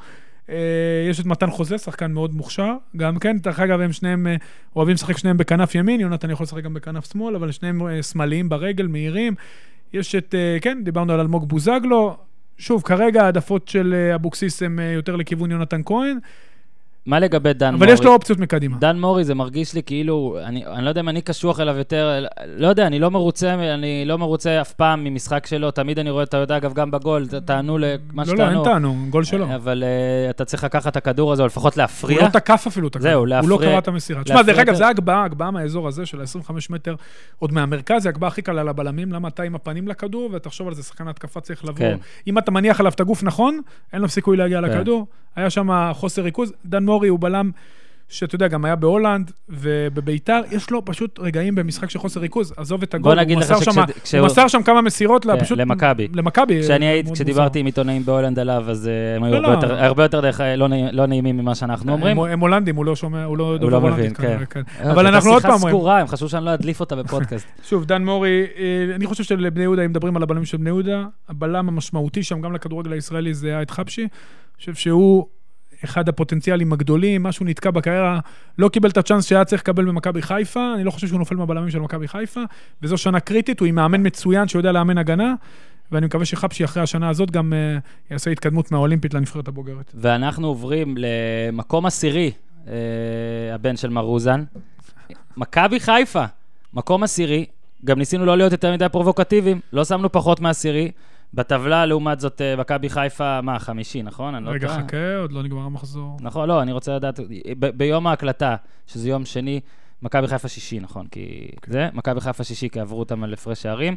יש את מתן חוזה, שחקן מאוד מוכשר, גם כן, דרך אגב, הם שניהם אוהבים לשחק שניהם בכנף ימין, יונתן יכול לשחק גם בכנף שמאל, אבל שניהם שמאליים ברגל, מהירים. יש את, כן, דיברנו על אלמוג בוזגלו, שוב, כרגע העדפות של אבוקסיס הם יותר לכיוון יונתן כהן, מה לגבי דן אבל מורי? אבל יש לו אופציות מקדימה. דן מורי זה מרגיש לי כאילו, אני, אני לא יודע אם אני קשוח אליו יותר, לא יודע, אני לא מרוצה, אני לא מרוצה אף פעם ממשחק שלו, תמיד אני רואה, אתה יודע, אגב, גם בגול, תענו למה שתענו. לא, לא, אין טענו, גול שלו. אבל uh, אתה צריך לקחת את הכדור הזה, או לפחות להפריע. הוא לא תקף אפילו את הכדור. זהו, להפריע. הוא לא קרא את המסירה. תשמע, דרך אגב, זה הגבהה, הגבהה מהאזור הזה של ה-עשרים וחמישה מטר, עוד מהמרכז, זה הגבהה הכי קלה על הבלמים, למה אתה עם הפנים לכדור, ותחשוב על זה, שחקן התקפה צריך לבוא. כן. אם אתה מניח עליו את הגוף נכון, אין לו סיכוי להגיע כן. לכדור. היה שם חוסר ריכוז. דן מורי הוא בלם שאתה יודע, גם היה בהולנד ובביתר, יש לו פשוט רגעים במשחק של חוסר ריכוז, עזוב את הגול, הוא מסר שם, הוא מסר שם כמה מסירות, פשוט למכבי. למכבי. כשאני הייתי, כשדיברתי עם עיתונאים בהולנד עליו, אז הם היו הרבה יותר דרך, לא נעימים ממה שאנחנו אומרים. הם הולנדים, הוא לא שומע, הוא לא דובר הולנדית. אבל אנחנו עוד פעם אומרים. סגורה, הם חשבו שאני לא אדליף אותה בפודקאסט. שוב, דן מורי, אני חושב שלבני יהודה, אם מדברים על הבלמים של בני יהודה, הבלם המשמעותי שם גם לכדורגל הישראלי זה היה את חבשי. אני חושב שהוא אחד הפוטנציאלים הגדולים, משהו נתקע בקריירה, לא קיבל את הצ'אנס שהיה צריך לקבל במכבי חיפה, אני לא חושב שהוא נופל מהבלמים של מכבי חיפה, וזו שנה קריטית, הוא עם מאמן מצוין שיודע לאמן הגנה, ואני מקווה שחבשי אחרי השנה הזאת גם uh, יעשה התקדמות מהאולימפית לנבחרת הבוגרת. ואנחנו עוברים למקום עשירי, uh, הבן של מרוזן, מכבי חיפה, מקום עשירי, גם ניסינו לא להיות יותר מדי פרובוקטיביים, לא שמנו פחות מעשירי, בטבלה, לעומת זאת, מכבי חיפה, מה, חמישי, נכון? רגע, חכה, עוד לא נגמר המחזור. נכון, לא, אני רוצה לדעת, ביום ההקלטה, שזה יום שני, מכבי חיפה שישי, נכון? כי זה, מכבי חיפה שישי, כי עברו אותם על הפרש שערים,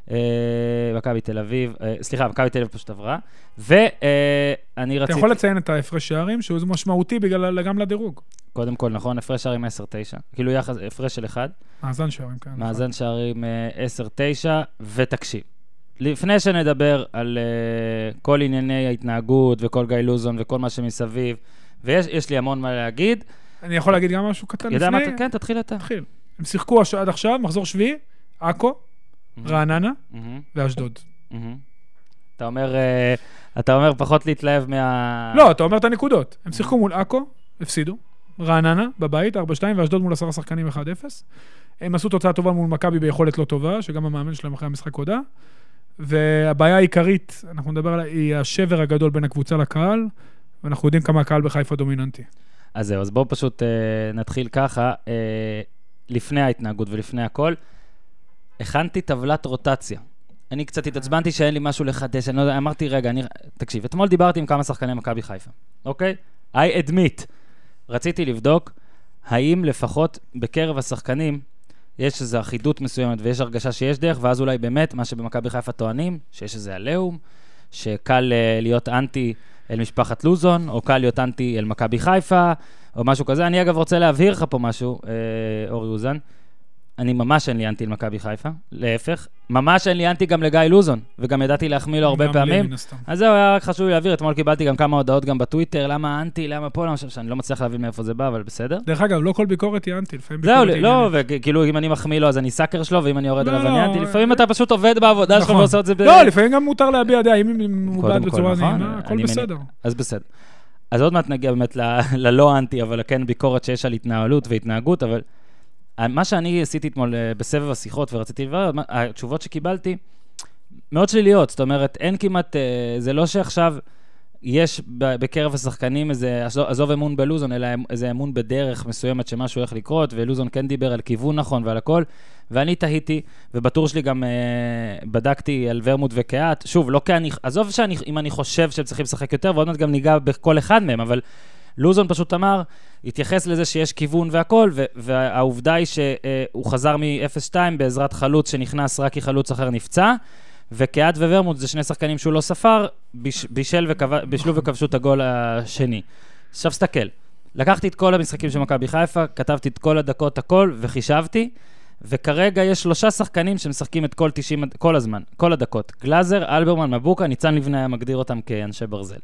מכבי תל אביב, סליחה, מכבי תל אביב פשוט עברה, ואני רציתי... אתה יכול לציין את ההפרש שערים, שהוא משמעותי בגלל גם לדירוג. קודם כל, נכון, הפרש שערים עשר תשע, כאילו יחס, הפרש של אחד. מאזן שערים, כן. מאזן שערים עשר תשע, ותקשיב. לפני שנדבר על uh, כל ענייני ההתנהגות וכל גיא לוזון וכל מה שמסביב, ויש לי המון מה להגיד. אני יכול להגיד גם משהו קטן יודע לפני? מה, כן, תתחיל אתה. תתחיל. הם שיחקו עד עכשיו, מחזור שביעי, עכו, mm-hmm. רעננה mm-hmm. ואשדוד. Mm-hmm. אתה אומר, uh, אתה אומר פחות להתלהב מה... לא, אתה אומר את הנקודות. הם שיחקו מול עכו, הפסידו, רעננה בבית, ארבע שתיים, ואשדוד מול עשרה שחקנים אחד אפס. הם עשו תוצאה טובה מול מכבי ביכולת לא טובה, שגם המאמן שלהם אחרי המשחק הודע. והבעיה העיקרית, אנחנו נדבר עליה, היא השבר הגדול בין הקבוצה לקהל, ואנחנו יודעים כמה הקהל בחיפה דומיננטי. אז זהו, אז בואו פשוט אה, נתחיל ככה, אה, לפני ההתנהגות ולפני הכל, הכנתי טבלת רוטציה. אני קצת התעצבנתי שאין לי משהו לחדש, אני לא יודע, אמרתי, רגע, אני, תקשיב, אתמול דיברתי עם כמה שחקני מכבי חיפה, אוקיי? I admit, רציתי לבדוק, האם לפחות בקרב השחקנים, יש איזו אחידות מסוימת ויש הרגשה שיש דרך, ואז אולי באמת מה שבמכבי חיפה טוענים, שיש איזה עליהום, שקל להיות אנטי אל משפחת לוזון, או קל להיות אנטי אל מכבי חיפה, או משהו כזה. אני אגב רוצה להבהיר לך פה משהו, אורי אוזן, אני ממש אין לי אנטי למכבי חיפה, להפך, ממש אין לי אנטי גם לגיא לוזון, וגם ידעתי להחמיא לו הרבה פעמים. אז זהו, היה רק חשוב לי להעביר, אתמול קיבלתי גם כמה הודעות גם בטוויטר, למה אנטי, למה פה, למה שאני לא מצליח להבין מאיפה זה בא, אבל בסדר. דרך אגב, לא כל ביקורת היא אנטי, לפעמים ביקורת היא... זהו, לא, וכאילו אם אני מחמיא לו, אז אני סאקר שלו, ואם אני יורד עליו אני אנטי, לפעמים אתה פשוט עובד בעבודה שלך ועושה את זה ב... לא, לפעמים גם מותר להביע דעה, אם הוא בעד בצורה נעימה, הכל בסדר. אז בסדר. אז עוד מעט נגיע באמת ללא אנטי, אבל כן ביקורת שיש על התנהלות והתנהגות, אבל מה שאני עשיתי אתמול בסבב השיחות ורציתי לברר, התשובות שקיבלתי מאוד שליליות, זאת אומרת, אין כמעט, זה לא שעכשיו יש בקרב השחקנים איזה, עזוב אמון בלוזון, אלא איזה אמון בדרך מסוימת שמשהו הולך לקרות, ולוזון כן דיבר על כיוון נכון ועל הכל, ואני תהיתי, ובטור שלי גם אה, בדקתי על ורמוט וקהת, שוב, לא כאני, עזוב שאני, אם אני חושב שהם צריכים לשחק יותר, ועוד מעט גם ניגע בכל אחד מהם, אבל לוזון פשוט אמר, התייחס לזה שיש כיוון והכל, והעובדה היא שהוא חזר מ-אפס שתיים בעזרת חלוץ שנכנס רק כי חלוץ אחר נפצע, וקהת וורמוט זה שני שחקנים שהוא לא ספר, בישל ובישלו וכבשו את הגול השני. עכשיו סתכל, לקחתי את כל המשחקים של מכבי חיפה, כתבתי את כל הדקות הכל וחישבתי, וכרגע יש שלושה שחקנים שמשחקים את כל תשעים, כל הזמן, כל הדקות. גלאזר, אלברמן, מבוקה, ניצן לבנה היה מגדיר אותם כאנשי ברזל.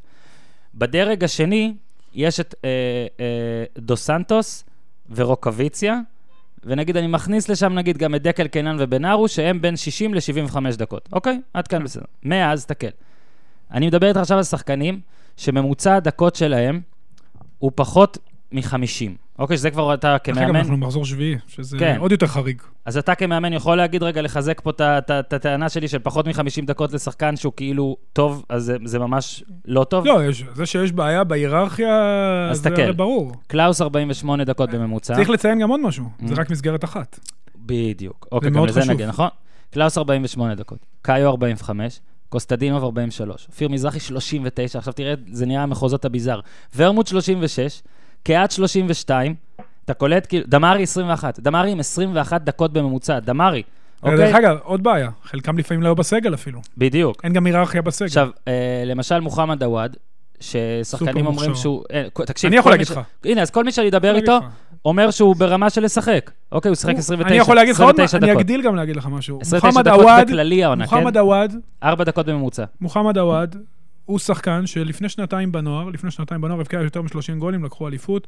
בדרג השני יש את אה, אה, דו סנטוס ורוקוויציה, ונגיד אני מכניס לשם נגיד גם את דקל קינן ובנארו, שהם בין שישים ל-שבעים וחמש דקות. אוקיי? עד כאן בסדר. מאז, תקל. אני מדבר איתך עכשיו על שחקנים, שממוצע הדקות שלהם, הוא פחות מ-חמישים. אוקיי, שזה כבר אתה כמאמן... אחרי גם אנחנו מחזור שביעי, שזה כן. עוד יותר חריג. אז אתה כמאמן יכול להגיד רגע, לחזק פה את הטענה שלי של פחות מ-חמישים דקות לשחקן שהוא כאילו טוב, אז זה, זה ממש לא טוב? לא, יש, זה שיש בעיה בהיררכיה, זה תקל. הרי ברור. קלאוס ארבעים ושמונה דקות בממוצע. צריך לציין גם עוד משהו, mm-hmm. זה רק מסגרת אחת. בדיוק. אוקיי, גם לזה נגיד, נכון? קלאוס ארבעים ושמונה דקות, קאיו ארבעים וחמש, קוסטדינוב ארבעים ושלוש, אופיר מזרחי שלושים ותשע, עכשיו תראה, זה נראה מחוזות הביזר. ורמוט שלושים ושש, קהת שלושים ושתיים, אתה קולט כאילו, דמרי עשרים ואחת, דמרי עם עשרים ואחת דקות בממוצע, דמרי. דרך אגב, עוד בעיה, חלקם לפעמים לא בסגל אפילו. בדיוק. אין גם היררכיה בסגל. עכשיו, למשל מוחמד עוואד, ששחקנים אומרים שהוא... תקשיב, אני יכול להגיד לך. הנה, אז כל מי שאני אדבר איתו, אומר שהוא ברמה של לשחק. אוקיי, הוא שחק עשרים ותשע דקות. אני יכול להגיד לך עוד מה, אני אגדיל גם להגיד לך משהו. עשרים ותשע דקות בכללי העונה, כן? מוחמד עוואד, ארבע דקות בממוצע. מוחמד עוואד, הוא שחקן שלפני שנתיים בנוער, לפני שנתיים בנוער, הבקיע יותר מ-שלושים גולים, לקחו אליפות.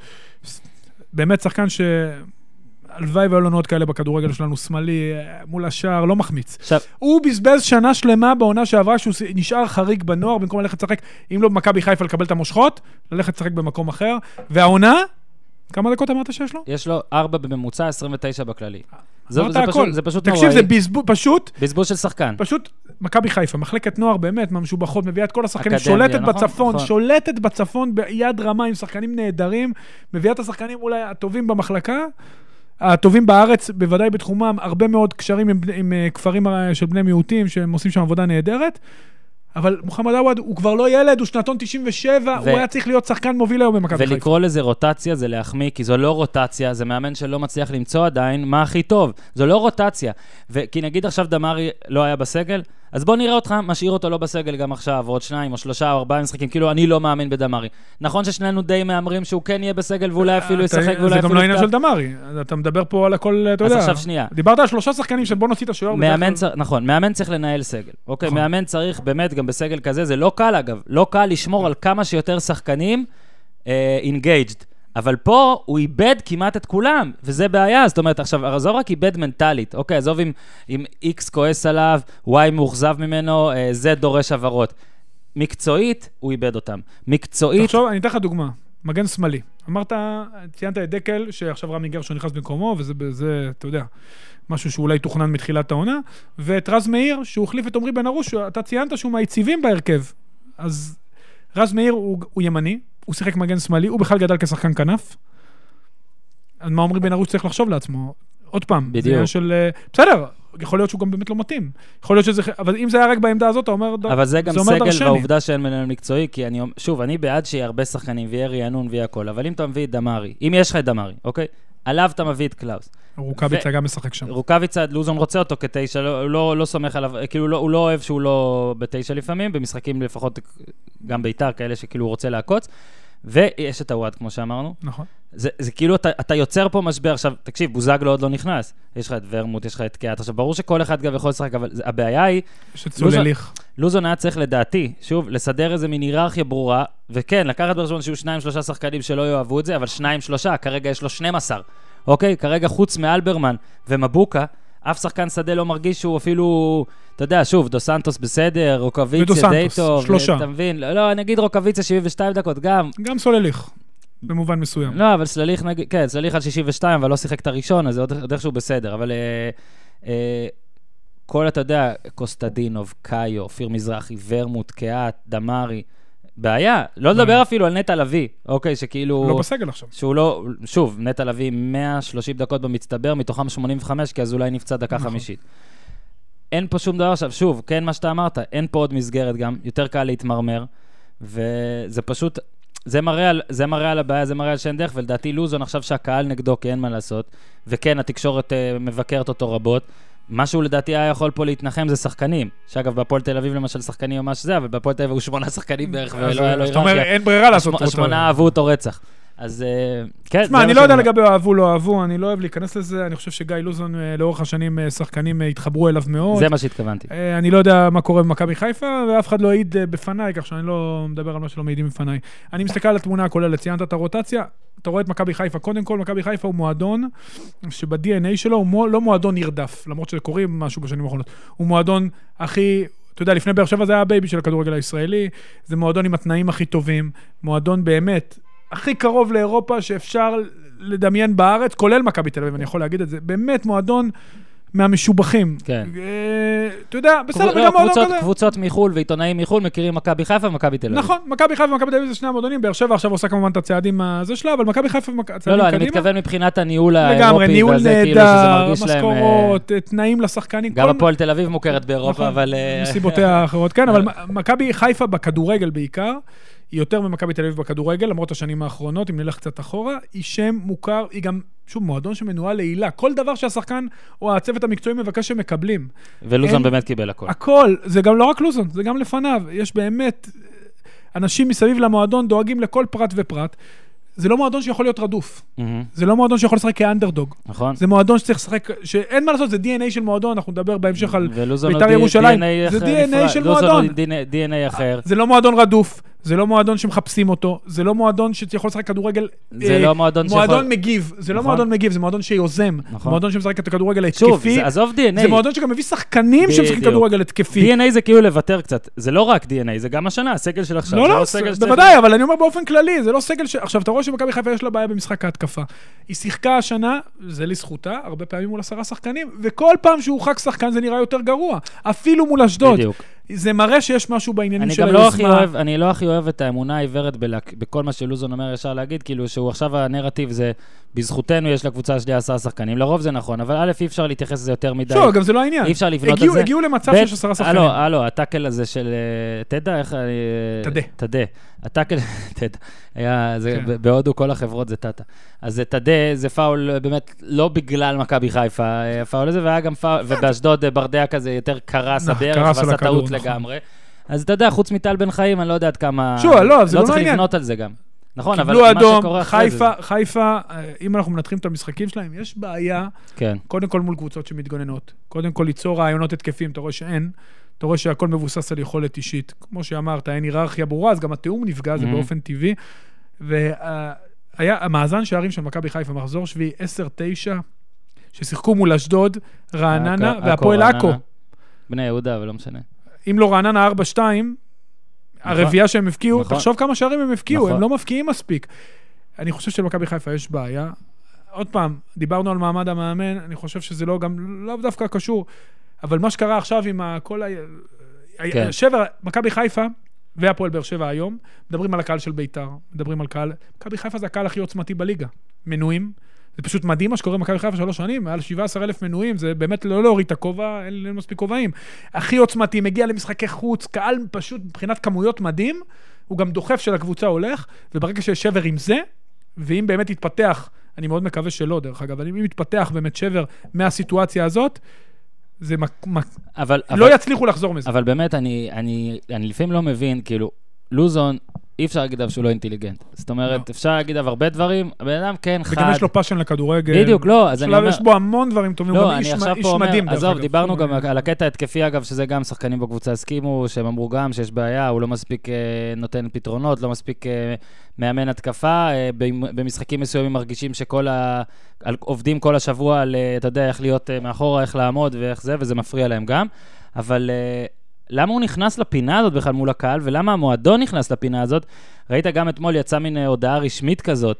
באמת שחקן ש... הלוואי והיו לנו עוד כאלה בכדורגל שלנו, שמאלי, מול השער, לא מחמיץ. עכשיו... הוא בזבז שנה שלמה בעונה שעברה, שהוא נשאר חריג בנוער, במקום ללכת לשחק, אם לא במכבי חיפה לקבל את המושכות, ללכת לשחק במקום אחר. והעונה, כמה דקות אמרת שיש לו? יש לו ארבע בממוצע, עשרים ותשע בכללי. זה, זה, פשוט, זה פשוט תקשיב, נוראי. זה בזבוז, פשוט... בזבוז של שחקן. פשוט, מכבי חיפה, מחלקת נוער באמת, משובחות, מביאה את כל השחקנים, שולטת נכון, בצפון, נכון. שולטת בצפון ביד רמה עם שחקנים נהדרים, מביאה את השחקנים אולי הטובים במחלקה, הטובים בארץ, בוודאי בתחומם, הרבה מאוד קשרים עם, עם כפרים של בני מיעוטים, שהם עושים שם עבודה נהדרת, אבל מוחמד עוואד הוא כבר לא ילד, הוא שנתון תשעים ושבע, ו... הוא היה צריך להיות שחקן מוביל היום במכבי חיפה. ולקרוא לזה רוטציה זה להחמיא, כי זו לא רוטציה, זה מאמן שלא מצליח למצוא עדיין מה הכי טוב. זו לא רוטציה. וכי נגיד עכשיו דמרי לא היה בסגל, אז בוא נראה אותך, משאיר אותו לא בסגל גם עכשיו, עוד שניים או שלושה או ארבעה משחקים, כאילו אני לא מאמין בדמרי. נכון ששנינו די מאמרים שהוא כן יהיה בסגל ואולי אפילו ישחק ואולי אפילו יפתח. זה גם לא עניין של דמרי, אתה מדבר פה על הכל, אתה יודע. אז עכשיו שנייה. דיברת על שלושה שחקנים שבוא נוציא את השוער. נכון, מאמן צריך לנהל סגל. אוקיי, מאמן צריך באמת גם בסגל כזה, זה לא קל אגב, לא קל לשמור על כמה שיותר שחקנים engaged. אבל פה הוא איבד כמעט את כולם, וזה בעיה, זאת אומרת, עכשיו, עזוב רק איבד מנטלית, אוקיי, עזוב אם, אם X כועס עליו, Y מאוכזב ממנו, Z דורש עברות. מקצועית, הוא איבד אותם. מקצועית... תחשוב, אני אתן לך דוגמה, מגן שמאלי. אמרת, ציינת את דקל, שעכשיו רמי גרשון נכנס במקומו, וזה, זה, אתה יודע, משהו שאולי תוכנן מתחילת העונה, ואת רז מאיר, שהוא החליף את עומרי בן ארוש, אתה ציינת שהוא מהיציבים בהרכב. אז רז מאיר הוא, הוא ימני, הוא שיחק מגן שמאלי, הוא בכלל גדל כשחקן כנף. אז מה עומרי בן ארוש צריך לחשוב לעצמו? עוד פעם, בדיוק. זה של... בסדר, יכול להיות שהוא גם באמת לא מתאים. יכול להיות שזה... אבל אם זה היה רק בעמדה הזאת, אתה אומר... אבל זה גם סגל והעובדה שאין מנהל מקצועי, כי אני... שוב, אני בעד שיהיה הרבה שחקנים, ויהיה רענון ויהיה הכל, אבל אם אתה מביא את דמרי, אם יש לך את דמרי, אוקיי? עליו אתה מביא את קלאוס. רוקאביצה גם משחק שם. רוקאביצה, לוזון רוצה אותו כתשע, לא, לא, לא סומך עליו, כאילו לא, הוא לא אוהב שהוא לא בתשע לפעמים, במשחקים לפחות גם ביתר, כאלה שכאילו הוא רוצה לעקוץ, ויש את הוואד, כמו שאמרנו. נכון. זה, זה כאילו, אתה, אתה יוצר פה משבר, עכשיו, תקשיב, בוזגלו עוד לא נכנס, יש לך את ורמוט, יש לך את קהת, עכשיו, ברור שכל אחד גם יכול לשחק, אבל הבעיה היא, יש את סולליך. לוזון היה צריך לדעתי, שוב, לסדר איזה מין היררכיה ברורה, וכן, לקחת ברשון שיהיו שניים, שלושה שחקנים שלא יאהבו את זה, אבל שניים, שלושה, כרגע יש לו שנים עשר. אוקיי? כרגע חוץ מאלברמן ומבוקה, אף שחקן שדה לא מרגיש שהוא אפילו, אתה יודע, שוב, דו סנטוס בסדר, רוקוויציה די טוב. שלושה. אתה מבין? לא, לא, נגיד רוקוויציה שבעים ושתיים דקות, גם. גם סולליך, במובן מסוים. לא, אבל סלליך, נגיד, כן, סלליך על שישים ושתיים, אבל לא שיחק את הראשון, אז זה עוד איך שהוא בסדר, אבל אה, אה, כל, אתה יודע, קוסטדינוב, קאיו, אופיר מזרחי, ורמוט, קהת, דמרי, בעיה, לא לדבר אפילו על נטע לביא, אוקיי, שכאילו... לא בסגל עכשיו. שהוא לא, שוב, נטע לביא מאה ושלושים דקות במצטבר, מתוכם שמונים וחמש, כי אז אולי נפצע דקה חמישית. אין פה שום דבר עכשיו, שוב, כן מה שאתה אמרת, אין פה עוד מסגרת גם, יותר קל להתמרמר, וזה פשוט, זה מראה על, זה מראה על הבעיה, זה מראה על שאין דרך, ולדעתי לוזון עכשיו שהקהל נגדו, כי אין מה לעשות, וכן, התקשורת מבקרת אותו רבות, משהו לדעתי היה יכול פה להתנחם זה שחקנים, שאגב בהפועל תל אביב למשל שחקנים ממש זה, אבל בהפועל תל אביב הוא שמונה שחקנים בערך ולא היה לו היררכיה. זאת אומרת, אין ברירה לעשות אותו. השמונה אהבו אותו רצח. אז כן. תשמע, אני לא יודע לגבי אהבו לא אהבו, אני לא אוהב להיכנס לזה, אני חושב שגיא לוזון לאורך השנים שחקנים התחברו אליו מאוד. זה מה שהתכוונתי. אני לא יודע מה קורה במכבי חיפה, ואף אחד לא העיד בפניי, כך שאני לא מדבר על מה שלא מעידים בפניי. אני מסתכל על התמונה הכוללת, ציינת את הרוטציה, אתה רואה את מכבי חיפה, קודם כל, מכבי חיפה הוא מועדון, שב-די אן איי שלו הוא לא מועדון נרדף, למרות שקוראים משהו בשנים האחרונות. הוא מועדון הכי, אתה יודע, לפני באר שבע זה היה הבייבי של הכדורגל הישראלי, זה מועדון עם התנאים הכי טובים, מועדון באמת הכי קרוב לאירופה שאפשר לדמיין בארץ, כולל מכבי תל אביב, אני יכול להגיד את זה, באמת מועדון מהמשובחים. כן. אתה יודע, בסדר, וגם מועדון כזה. קבוצות מחול ועיתונאים מחול מכירים מכבי חיפה ומכבי תל אביב. נכון, מכבי חיפה ומכבי תל אביב זה שני המועדונים, באר שבע עכשיו עושה כמובן את הצעדים הזה שלה, אבל מכבי חיפה הצעדים קדימה. לא, לא, אני מתכוון מבחינת הניהול האירופי. לגמרי, ניהול נהדר, משכורות, תנאים לשחקנים. גם הפועל תל אביב מוכרת באירופה, אבל... מסיבותיה האחרות, כן, אבל מכבי חיפה בכדורגל בעיקר, היא יותר ממכבי תל אביב בכדורגל, למרות השנים האחרונות, אם נלך קצת אחורה, היא שם מוכר, היא גם, שוב, מועדון שמנוהל לעילה. כל דבר שהשחקן או הצוות המקצועי מבקש שמקבלים. ולוזון באמת קיבל הכל. הכל, זה גם לא רק לוזון, זה גם לפניו. יש באמת אנשים מסביב למועדון דואגים לכל פרט ופרט. זה לא מועדון שיכול להיות רדוף. זה לא מועדון שיכול לשחק כאנדרדוג. נכון. זה מועדון שצריך לשחק, שאין מה לעשות, זה די אן איי של מועדון, אנחנו נדבר בהמשך על בית"ר ירושלים. זה די אן איי של מועדון. די אן איי אחר. זה לא מועדון רדוף, זה לא מועדון שמחפשים אותו, זה לא מועדון שיכול לשחק כדורגל... זה לא מועדון שיכול... מועדון מגיב, זה לא מועדון מגיב, זה מועדון שיוזם. מועדון שמשחק את הכדורגל התקפי. שוב, עזוב די אן איי. זה מועדון שגם מביא שחקנים שמשחקים כדורגל התקפי. די אן איי זה כאילו לוותר קצת. זה לא רק די אן איי, זה גם השנה, הסגל של עכשיו. לא, לא, בוודאי, אבל אני אומר באופן כללי, זה לא סגל ש... עכשיו, אתה רואה שמכבי חיפה יש לה בעיה במשחק ההתקפה. היא שיחקה השנה, זה לזכותה, הרבה פעמים מול עשרה שחקנים, וכל פעם שהוא חק שחקן זה נראה יותר גרוע. אפילו מול אשדוד. זה מראה שיש משהו בעניינים של היוזמה. אני לא הכי אוהב את האמונה העיוורת בכל מה שלוזון אומר, ישר להגיד, כאילו שהוא עכשיו הנרטיב זה, בזכותנו יש לקבוצה שלי עשרה שחקנים, לרוב זה נכון, אבל א' אי אפשר להתייחס לזה יותר מדי. שוב, גם זה לא העניין. אי אפשר לבנות את זה. הגיעו למצב שיש עשרה שחקנים. הלו, הלו, הטאקל הזה של, תדע איך... תדע. תדע. הטאקל, תדע. היה, זה, בהודו כל החברות זה טאטה. אז זה תדע, זה פאול באמת לא בגלל מכבי חיפה, הפאול הזה, והיה גם פאול, ובאשדוד ברדע כזה יותר קרס הדרך, ועשה טעות לגמרי. אז אתה יודע, חוץ מטל בן חיים, אני לא יודע עד כמה... שוב, לא, זה לא צריך עניין. לבנות על זה גם. נכון, אבל מה שקורה אחרי זה... חיפה, אם אנחנו מנתחים את המשחקים שלהם, יש בעיה, קודם כל מול קבוצות שמתגוננות, קודם כל ליצור רעיונות התקפים, אתה רואה שאין, אתה רואה שהכל מבוסס על יכולת אישית, כמו שאמרת, אין היררכיה ברורה, אז גם התיאום נפגע, זה באופן טבעי, והיה המאזן שערים של מכבי חיפה, מחזור שביעי עשר תשע, ששיחקו מול אשדוד, רעננה והפועל עכו. בני יהודה, אבל לא משנה. אם לא רעננה ארבע שתיים, הרביעה שהם הפקיעו, תחשוב כמה שערים הם הפקיעו, הם לא מפקיעים מספיק. אני חושב שלמכבי חיפה יש בעיה. עוד פעם, דיברנו על מעמד המאמן, אני חושב שזה לא גם, לא דווקא קשור, אבל מה שקרה עכשיו עם כל השבר, מכבי חיפה והפועל באר שבע היום, מדברים על הקהל של בית"ר, מדברים על קהל, מכבי חיפה זה הקהל הכי עוצמתי בליגה, מנויים, זה פשוט מדהים מה שקורה במכבי חיפה שלוש שנים, מעל שבעה עשר אלף מנויים, זה באמת לא להוריד את הכובע, אין, אין מספיק כובעים. הכי עוצמתי, מגיע למשחקי חוץ, קהל פשוט מבחינת כמויות מדהים, הוא גם דוחף של הקבוצה הולך, וברגע שיש שבר עם זה, ואם באמת יתפתח, אני מאוד מקווה שלא דרך אגב, אבל אם יתפתח באמת שבר מהסיטואציה הזאת, זה מק, מק, אבל, לא אבל, יצליחו לחזור מזה. אבל באמת, אני, אני, אני לפעמים לא מבין, כאילו, לוזון, אי אפשר להגיד שהוא לא אינטליגנט. זאת אומרת, אפשר להגיד הרבה דברים, הבן אדם כן חד. וגם יש לו פאשן לכדורגל. בדיוק, לא, אז אני אומר... יש בו המון דברים טובים, לא, אני עכשיו פה אומר, עזוב, דיברנו גם על הקטע התקפי, אגב, שזה גם שחקנים בקבוצה הסכימו, שהם אמרו גם שיש בעיה, הוא לא מספיק נותן פתרונות, לא מספיק מאמן התקפה, במשחקים מסוימים מרגישים שכל ה... עובדים כל השבוע על, אתה יודע, איך להיות מאחורה, איך לעמוד ואיך זה, וזה מפריע להם גם. אבל למה הוא נכנס לפינה הזאת בכלל מול הקהל, ולמה המועדון נכנס לפינה הזאת? ראית גם אתמול יצא מן הודעה רשמית כזאת,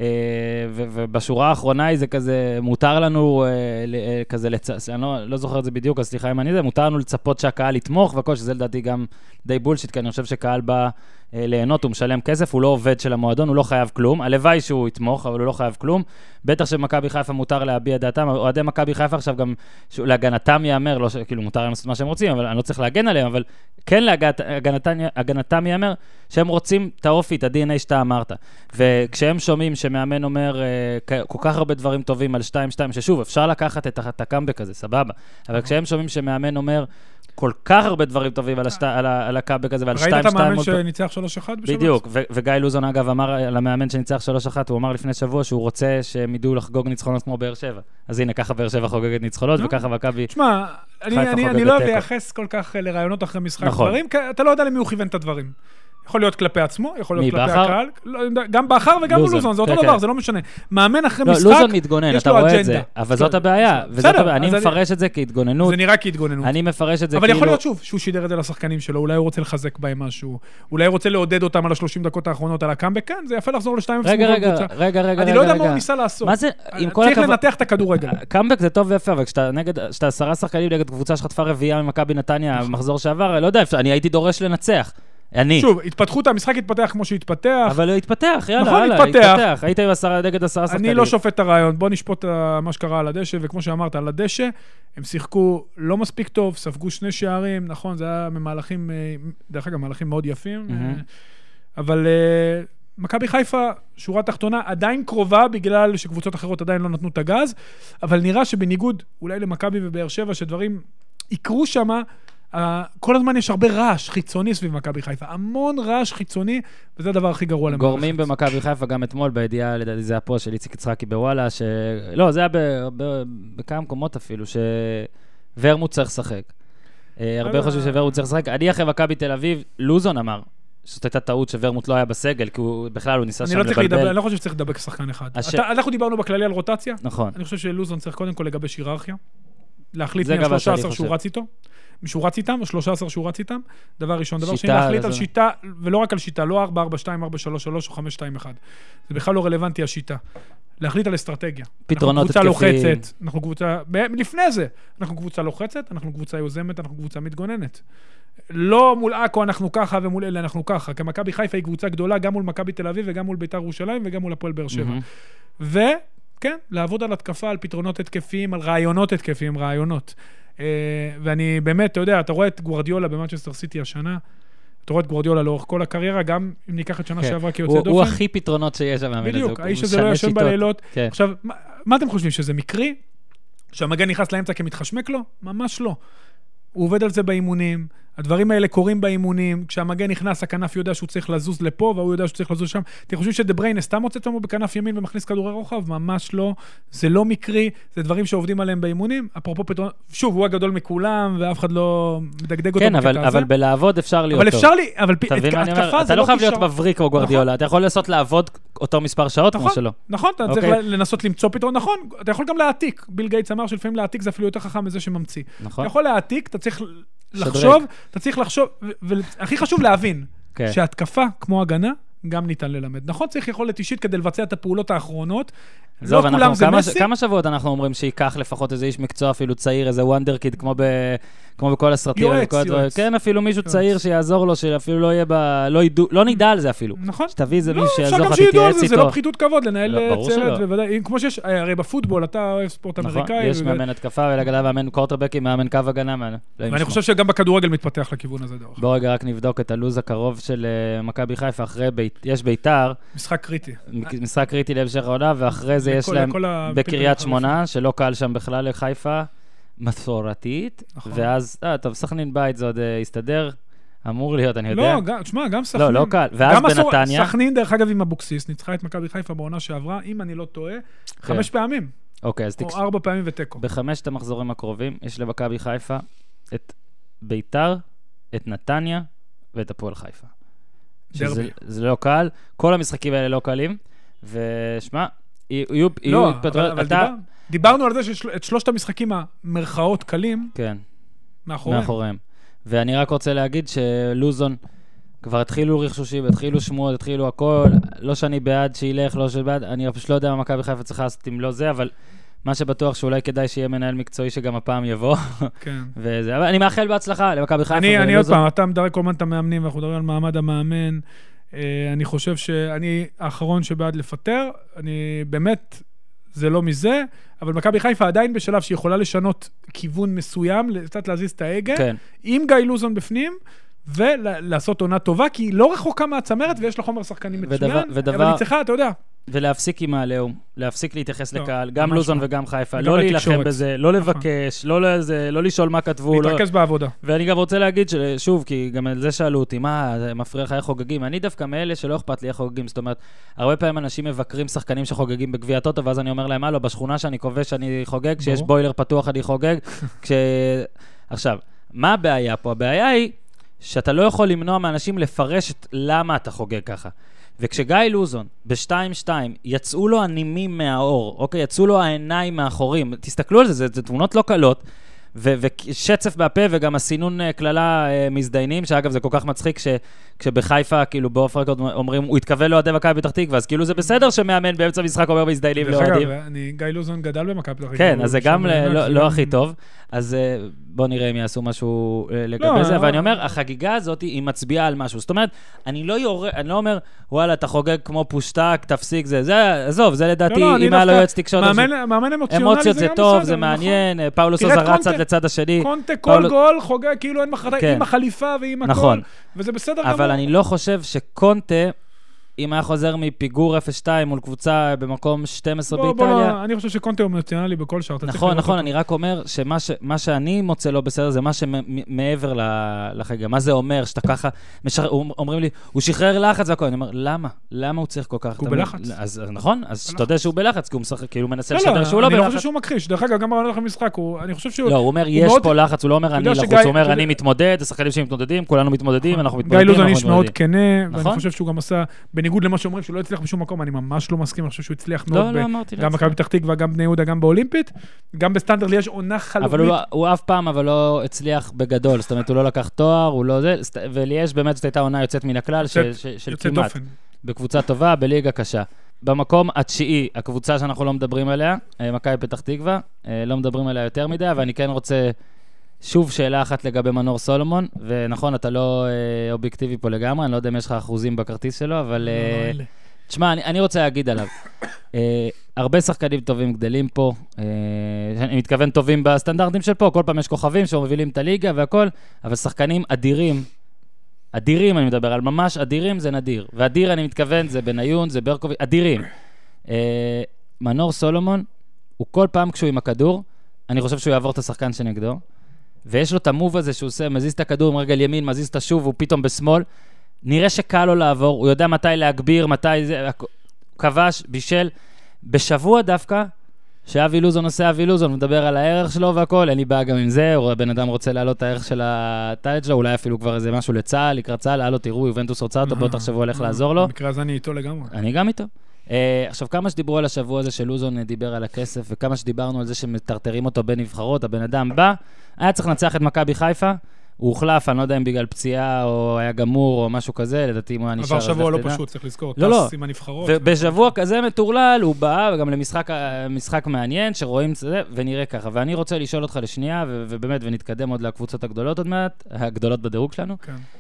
ובשורה האחרונה היא זה כזה, מותר לנו כזה, אני לא זוכר את זה בדיוק, אז סליחה אם אני זה, מותר לנו לצפות שהקהל יתמוך, וכל שזה לדעתי גם די בולשיט, כי אני חושב שקהל בא ליהנות, הוא משלם כסף, הוא לא עובד של המועדון, הוא לא חייב כלום, הלוואי שהוא יתמוך, אבל הוא לא חייב כלום, בטח שמכבי חיפה מותר להביע דעתם, אוהדי מכבי חיפה עכשיו גם, להגנתם יאמר, לא, כאילו מותר להם לעשות מה שהם רוצים, אבל אני לא צריך להגן עליהם, אבל כן להגנתם יאמר, שהם רוצים את האופי, את ה-די אן איי שאתה אמרת, וכשהם שומעים שמאמן אומר כל כך הרבה דברים טובים על שתיים שתיים, ששוב, אפשר לקחת את הקאמבק הזה, סבבה, אבל כשהם שומעים שמאמן אומר כל כך הרבה דברים טובים על הקאבק הזה ועל שתיים שתיים. ראית את המאמן שניצח שלוש אחת בשבוע? בדיוק, וגיא לוזון אגב אמר על המאמן שניצח שלוש אחת, הוא אמר לפני שבוע שהוא רוצה שהם ידעו לחגוג ניצחונות כמו באר שבע. אז הנה, ככה באר שבע חוגגת ניצחונות, וככה מכבי חיפה חוגגת תיקו. אני לא אייחס כל כך לרעיונות אחרי משחק דברים, אתה לא יודע למי הוא כיוון את הדברים. יכול להיות כלפי עצמו, יכול להיות כלפי הקהל. גם באחר וגם לוזון, זה אותו דבר, זה לא משנה. מאמן אחרי משחק, לוזון מתגונן, אתה רואה את זה, אבל זאת הבעיה. אני מפרש את זה כהתגוננות. זה נראה כהתגוננות. אני מפרש את זה אבל כאילו... יכול להיות שוב, שהוא שידר את זה לשחקנים שלו, אולי הוא רוצה לחזק בהם משהו, אולי הוא רוצה לעודד אותם על ה-שלושים דקות האחרונות על הקאמבק, כן, זה יפה לחזור לשתיים אפס. רגע, רגע, רגע, רגע. אני לא יודע מה הוא ניסה לעשות. מה זה? צריך לנתח את הכדורגל. קאמבק זה טוב ויפה, אבל כשאתה עשרה שחקנים נגד קבוצה שחטפה רביעייה ממכבי נתניה במחזור שעבר, לא יודע, אני הייתי דורש לנצח. אני. שוב, התפתחות, המשחק התפתח כמו שהתפתח. אבל הוא התפתח, יאללה, נכון, יאללה, התפתח. התפתח. היית עם עשרה נגד עשרה שחקנים. אני לא שופט את הרעיון, בוא נשפוט מה שקרה על הדשא, וכמו שאמרת, על הדשא, הם שיחקו לא מספיק טוב, ספגו שני שערים, נכון, זה היה ממהלכים, דרך אגב, מהלכים מאוד יפים, אבל מכבי חיפה, שורה תחתונה, עדיין קרובה, בגלל שקבוצות אחרות עדיין לא נתנו את הגז, אבל נראה שבניגוד, אולי למכבי ובאר שבע, שדברים יקרו שמה, Uh, כל הזמן יש הרבה רעש חיצוני סביב מכבי חיפה, המון רעש חיצוני, וזה הדבר הכי גרוע למערכת. גורמים במכבי חיפה גם אתמול, בידיעה, לדעתי זה הפוסט של איציק יצחקי בוואלה, ש... לא, זה היה ב... ב... בכמה מקומות אפילו, שוורמוט צריך לשחק. הרבה חושבים שוורמוט צריך לשחק. אני אחרי מכבי תל אביב, לוזון אמר, זאת הייתה טעות שוורמוט לא היה בסגל, כי הוא בכלל הוא ניסה שם לבלבל. אני לא חושב שצריך לדבק שחקן אחד. אנחנו דיברנו בכללי על רוטציה. נכון. אני חושב שלוזון צריך קודם כל לגבש היררכיה, להחליט מה-שלושה עשר שהוא רץ איתו. שהוא רץ איתם, או שלושה עשר שהוא רץ איתם, דבר ראשון, דבר שני, להחליט על שיטה, ולא רק על שיטה, לא ארבע ארבע שתיים, ארבע שלוש שלוש או חמש שתיים אחת. זה בכלל לא רלוונטי השיטה. להחליט על אסטרטגיה. פתרונות התקפיים. אנחנו קבוצה לוחצת, אנחנו קבוצה, לפני זה, אנחנו קבוצה לוחצת, אנחנו קבוצה יוזמת, אנחנו קבוצה מתגוננת. לא מול אקו אנחנו ככה ומול אלה אנחנו ככה, כי מכבי חיפה היא קבוצה גדולה, גם מול מכבי תל אביב וגם מול בית"ר ירושלים וגם מול הפועל באר שבע. וכן, לעבוד על התקפה, על פתרונות התקפיים, על רעיונות התקפיים, רעיונות. ואני באמת, אתה יודע, אתה רואה את גוארדיולה במנצ'סטר סיטי השנה, אתה רואה את גוארדיולה לאורך כל הקריירה, גם אם ניקח את שנה שעברה כיוצא דופן. הוא הכי פתרונות שיש שם. בדיוק, האיש הזה לא ישן בלילות. עכשיו, מה אתם חושבים, שזה מקרי? שהמגן נכנס לאמצע כמתחשמק לו? ממש לא. הוא עובד על זה באימונים, הדברים האלה קורים באימונים, כשהמגן נכנס, הכנף יודע שהוא צריך לזוז לפה, והוא יודע שהוא צריך לזוז שם. אתם חושבים שדבריין סתם מוצא עצמו בכנף ימין ומכניס כדורי רוחב? ממש לא. זה לא מקרי, זה דברים שעובדים עליהם באימונים. אפרופו פתרון, שוב, הוא הגדול מכולם, ואף אחד לא מדגדג אותו בקטע הזה. כן, אבל בלעבוד אפשר להיות טוב. אבל אפשר לי, אבל התקפה זה לא כישרון. אתה לא חייב להיות מבריק כמו גוארדיולה, אתה יכול לעשות לעבוד אותו מספר שעות כמו שלו. נכון, אתה צריך לנסות למצוא פתרון. נכון, אתה יכול גם להעתיק. ביל גייטס אמר שלפעמים להעתיק זה אפילו יותר חכם מזה שממציא. אתה יכול להעתיק, אתה צריך לחשוב, אתה צריך לחשוב, והכי חשוב להבין, שהתקפה כמו הגנה, גם ניתן ללמד. נכון, צריך יכולת אישית כדי לבצע את הפעולות האחרונות. לא כולם זה מסי. כמה שבועות אנחנו אומרים שייקח לפחות איזה איש מקצוע, אפילו צעיר, איזה וונדר קיד, כמו בכל הסרטים. יועץ, יועץ. כן, אפילו מישהו צעיר שיעזור לו, שאפילו לא יהיה ב... לא נדע על זה אפילו. נכון. שתביא איזה מישהו שיעזור לך, תתייעץ איתו. זה לא פחיתות כבוד לנהל צוות, בוודאי. כמו שיש, הרי בפוטבול, אתה אוהב ספורט אמריקאי. יש מאמן התקפה, ולגלה מאמן קורטרבקים, מאמן קו הגנה. ואני חושב שגם בכדורגל מתפתח לכיוון הזה. בוא רגע רק נבדוק את הלוז הקרוב של מכבי חיפה, אחרי יש בית"ר. משחק קריטי. משחק קריטי להמשך העונה, ואחרי זה יש להם בקריית שמונה, שלא קהל שם בכלל לחיפה, מסורתית, ואז, אה, טוב, סכנין בית זה עוד יסתדר, אמור להיות, אני יודע. לא, תשמע, גם סכנין. לא, לא קהל, ואז בנתניה. סכנין, דרך אגב, עם אבוקסיס, ניצחה את מכבי חיפה בעונה שעברה, אם אני לא טועה, חמש פעמים. אוקיי, אז תקש... או ארבע פעמים ותיקו. בחמשת המחזורים הקרובים, יש למכבי חיפה את ביתר, את נתניה ואת הפועל חיפה. דרבי. זה לא קהל, כל המשחקים האלה לא קהלים, ושמע, יהיו... לא, אבל דיברנו על זה שאת שלושת המשחקים המרכאות קלים, כן, מאחוריהם. מאחוריהם. ואני רק רוצה להגיד שלוזון כבר התחילו רכשושים, התחילו שמועות, התחילו הכל, לא שאני בעד שילך, לא שאני בעד, אני פשוט לא יודע מה מכבי חיפה צריכה לעשות אם לא זה, אבל מה שבטוח שאולי כדאי שיהיה מנהל מקצועי שגם הפעם יבוא. כן. וזה, אבל אני מאחל בהצלחה למכבי חיפה. אני, אני עוד פעם, אתה מדרג כל הזמן את המאמנים, ואנחנו מדברים על מעמד המאמן. אני חושב שאני האחרון שבעד לפטר, אני באמת, זה לא מזה, אבל מכבי חיפה עדיין בשלב שהיא יכולה לשנות כיוון מסוים, קצת להזיז את ההגה, כן. עם גיא לוזון בפנים, ולעשות עונה טובה, כי היא לא רחוקה מהצמרת, ויש לה חומר שחקנים מצוין, ודבר, אבל היא צריכה, אתה יודע. ולהפסיק עם העליהום, להפסיק להתייחס לא, לקהל, גם לוזון לא. וגם חיפה, לא להילחם בזה, לא לבקש, לא, לזה, לא לשאול מה כתבו. להתרכז לא... בעבודה. ואני גם רוצה להגיד, שוב, כי גם על זה שאלו אותי, מה, מפריע לך איך חוגגים? אני דווקא מאלה שלא אכפת לי איך חוגגים, זאת אומרת, הרבה פעמים אנשים מבקרים שחקנים שחוגגים בגביע הטוטו, ואז אני אומר להם, מה לא, בשכונה שאני כובש אני חוגג, כשיש בוילר פתוח אני חוגג, כש... עכשיו, מה הבעיה פה? הבעיה היא שאתה לא יכול למנוע מאנשים לפרש את למה אתה חוגג ככה. וכשגיא לוזון, ב-שתיים שתיים, יצאו לו הנימים מהאור, אוקיי? יצאו לו העיניים מאחורים. תסתכלו על זה, זה, זה תמונות לא קלות, ו- ושצף בפה, וגם הסינון כללה מזדיינים, שאגב זה כל כך מצחיק, ש- כשבחיפה, כאילו באוף רקורד אומרים, הוא התכוון לאוהדי מכבי פתח תקווה, אז כאילו זה בסדר שמאמן באמצע משחק אומר מזדיינים לאוהדים. דרך אגב, גיא לוזון גדל במכבי פתח תקווה. כן, אז זה גם לא הכי טוב. אז בואו נראה אם יעשו משהו לגבי זה, אבל אני אומר, החגיגה הזאת היא מצביעה על משהו. זאת אומרת, אני לא יורה, אני לא אומר, וואלה, אתה חוגג כמו פושטק, תפסיק זה, זה, עזוב, זה לדעתי, אם היה לו יועץ תקשורת. מאמן אמוציונלי אמוציות זה טוב, זה מעניין, פאולוס עוזר רץ עד לצד השני. קונטה כל גול חוגג כאילו עם החליפה ועם הכל, וזה בסדר גמור. אבל אני לא חושב שקונטה, אם היה חוזר מפיגור אפס שתיים מול קבוצה במקום שתים עשרה באיטליה... אני חושב שקונטה הוא אמוציונלי בכל שער. נכון, נכון, אני רק אומר שמה שאני מוצא לא בסדר זה מה שמעבר לחגיגה. מה זה אומר שאתה ככה... אומרים לי, הוא שחרר לחץ והכל. אני אומר, למה? למה הוא צריך כל כך... הוא בלחץ. אז נכון, אז שאתה יודע שהוא בלחץ, כי הוא כאילו מנסה לשדר שהוא לא בלחץ. אני לא חושב שהוא מכחיש. דרך אגב, גם ברעיון לכם משחק, אני חושב שהוא... לא, הוא אומר, יש פה לחץ, הוא לא אומר, אני לחוץ, הוא אומר, אני מתמודד, השחקנים שמתמודדים, כולנו מתמודדים, אנחנו מתמודדים, גיא לוזון איש מאוד כנה, ואני חושב שהוא גם עשה, בניגוד למה שאומרים שהוא לא הצליח בשום מקום, אני ממש לא מסכים, אני חושב שהוא הצליח מאוד, גם מכבי פתח תקווה, גם בני יהודה, גם באולימפית, גם בסטנדרט ליאז' עונה חלומית. אבל הוא אף פעם אבל לא הצליח בגדול, זאת אומרת, הוא לא לקח תואר, הוא לא זה, וליאז' באמת זאת הייתה עונה יוצאת מן הכלל, של כמעט, בקבוצה טובה, בליגה קשה. במקום התשיעי, הקבוצה שאנחנו לא מדברים עליה, מכבי פתח תקווה, לא מדברים עליה יותר מדי, ואני כן רוצה שוב שאלה אחת לגבי מנור סולומון, ונכון, אתה לא אובייקטיבי פה לגמרי, אני לא יודע אם יש לך אחוזים בכרטיס שלו, אבל תשמע, אני, אני רוצה להגיד עליו, אה, הרבה שחקנים טובים גדלים פה, אה, אני מתכוון טובים בסטנדרטים של פה, כל פעם יש כוכבים שמובילים את הליגה והכל, אבל שחקנים אדירים, אדירים אני מדבר על ממש אדירים זה נדיר, ואדיר אני מתכוון זה בניון, זה ברקובי, אדירים. אה, מנור סולומון, הוא כל פעם כשהוא עם הכדור, אני חושב שהוא יעבור את השחקן שנגדו, ויש לו את המוב הזה שהוא עושה, מזיז את הכדור עם רגל ימין, מזיז את השוב, הוא פתאום בשמאל, נראה שקל לו לעבור, הוא יודע מתי להגביר, מתי זה, כבש, בישל, בשבוע דווקא, שאבי לוזון עושה אבי לוזון, מדבר על הערך שלו והכל, אין לי בעיה גם עם זה, או הבן אדם רוצה להעלות את הערך של הטייט שלו, אולי אפילו כבר איזה משהו לצהל, לקראת צהל, להעלות, תראו, יובנטוס רוצה אותו, בוא תחשבו הולך לעזור לו. במקרה הזה אני איתו לגמרי. אני גם איתו. עכשיו, כמה שדיברו על השבוע הזה שלוזון דיבר על הכסף, וכמה שדיברנו על זה שמטרטרים אותו בין נבחרות, הבן אדם בא, היה צריך לנצח את מכבי חיפה, הוא הוחלף, אני לא יודע אם בגלל פציעה או היה גמור או משהו כזה, לדעתי אם הוא היה נשאר. עבר שבוע לא פשוט, צריך לזכור, טס עם הנבחרות. ובשבוע כזה מטורלל, הוא בא, וגם למשחק מעניין, שרואים את זה, ונראה ככה. ואני רוצה לשאול אותך לשנייה, ובאמת, ונתקדם עוד לקבוצות הגדולות עוד מעט, הגדולות בדירוג שלנו.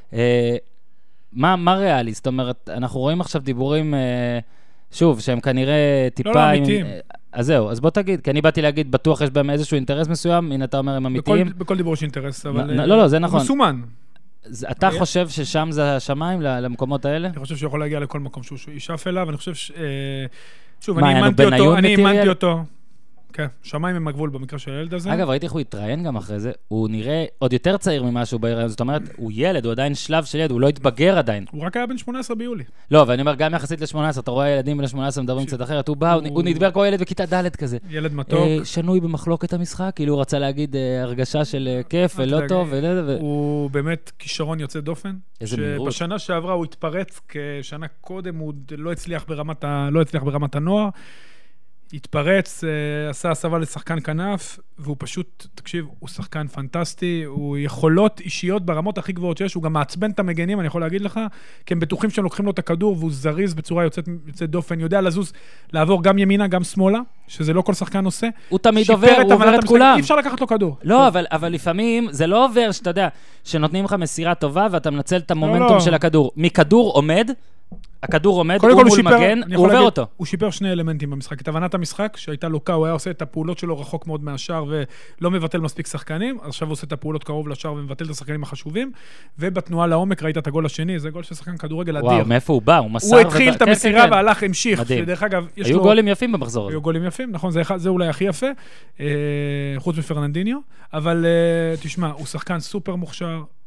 מה ריאלי? זאת אומרת, אנחנו רואים עכשיו דיבורים, שוב, שהם כנראה טיפה... לא, לא, אמיתיים. אז זהו, אז בוא תגיד, כי אני באתי להגיד, בטוח יש בהם איזשהו אינטרס מסוים, הנה אתה אומר הם אמיתיים. בכל, בכל דיבור יש אינטרס, אבל... לא, לא, זה נכון. מסומן. אתה חושב ששם זה השמיים, למקומות האלה? אני חושב שהוא יכול להגיע לכל מקום שהוא ישאף אליו, אני חושב ש... שוב, אני אימנתי אותו, אני אימנתי אותו. כן, שמיים הם הגבול במקרה של הילד הזה. אגב, ראיתי איך הוא התראיין גם אחרי זה, הוא נראה עוד יותר צעיר ממה שהוא בהיריון, זאת אומרת, הוא ילד, הוא עדיין שלב של ילד, הוא לא התבגר עדיין. הוא רק היה בן שמונה עשרה ביולי. לא, ואני אומר, גם יחסית ל-שמונה עשרה, אתה רואה ילדים בן שמונה עשרה מדברים קצת אחרת, הוא בא, הוא נדבר כמו ילד בכיתה ד' כזה. ילד מתוק. שנוי במחלוקת המשחק, כאילו הוא רצה להגיד הרגשה של כיף ולא טוב. הוא באמת כישרון יוצא דופן. שבשנה שעברה הוא התפרץ, כשנה קודם הוא לא הצליח ברמת הנוער. התפרץ, עשה הסבה לשחקן כנף, והוא פשוט, תקשיב, הוא שחקן פנטסטי, הוא יכולות אישיות ברמות הכי גבוהות שיש, הוא גם מעצבן את המגנים, אני יכול להגיד לך, כי הם בטוחים שהם לוקחים לו את הכדור, והוא זריז בצורה יוצאת, יוצאת דופן, יודע לזוז, לעבור גם ימינה, גם שמאלה, שזה לא כל שחקן עושה. הוא תמיד עובר, הוא עובר את כולם. אי אפשר לקחת לו כדור. לא, אבל, אבל לפעמים זה לא עובר, שאתה יודע, שנותנים לך מסירה טובה, ואתה מנצל את המומנטום של הכדור. מכדור עומד, הכדור עומד, הוא מול מגן, הוא עובר אותו. הוא שיפר שני אלמנטים במשחק. את הבנת המשחק, שהייתה לוקה, הוא היה עושה את הפעולות שלו רחוק מאוד מהשאר, ולא מבטל מספיק שחקנים, עכשיו הוא עושה את הפעולות קרוב לשאר, ומבטל את השחקנים החשובים, ובתנועה לעומק, ראית את הגול השני, זה גול של שחקן כדורגל אדיר. וואו, מאיפה הוא בא? הוא מסר... הוא התחיל את המסירה והלך, המשיך. דרך אגב, יש לו... היו גולים יפים במחזור הזה. היו גולים יפים, נכון, זה אולי הכי יפה, חוץ מפרננדיניו, אבל תשמע, הוא שחקן סופר מוכשר,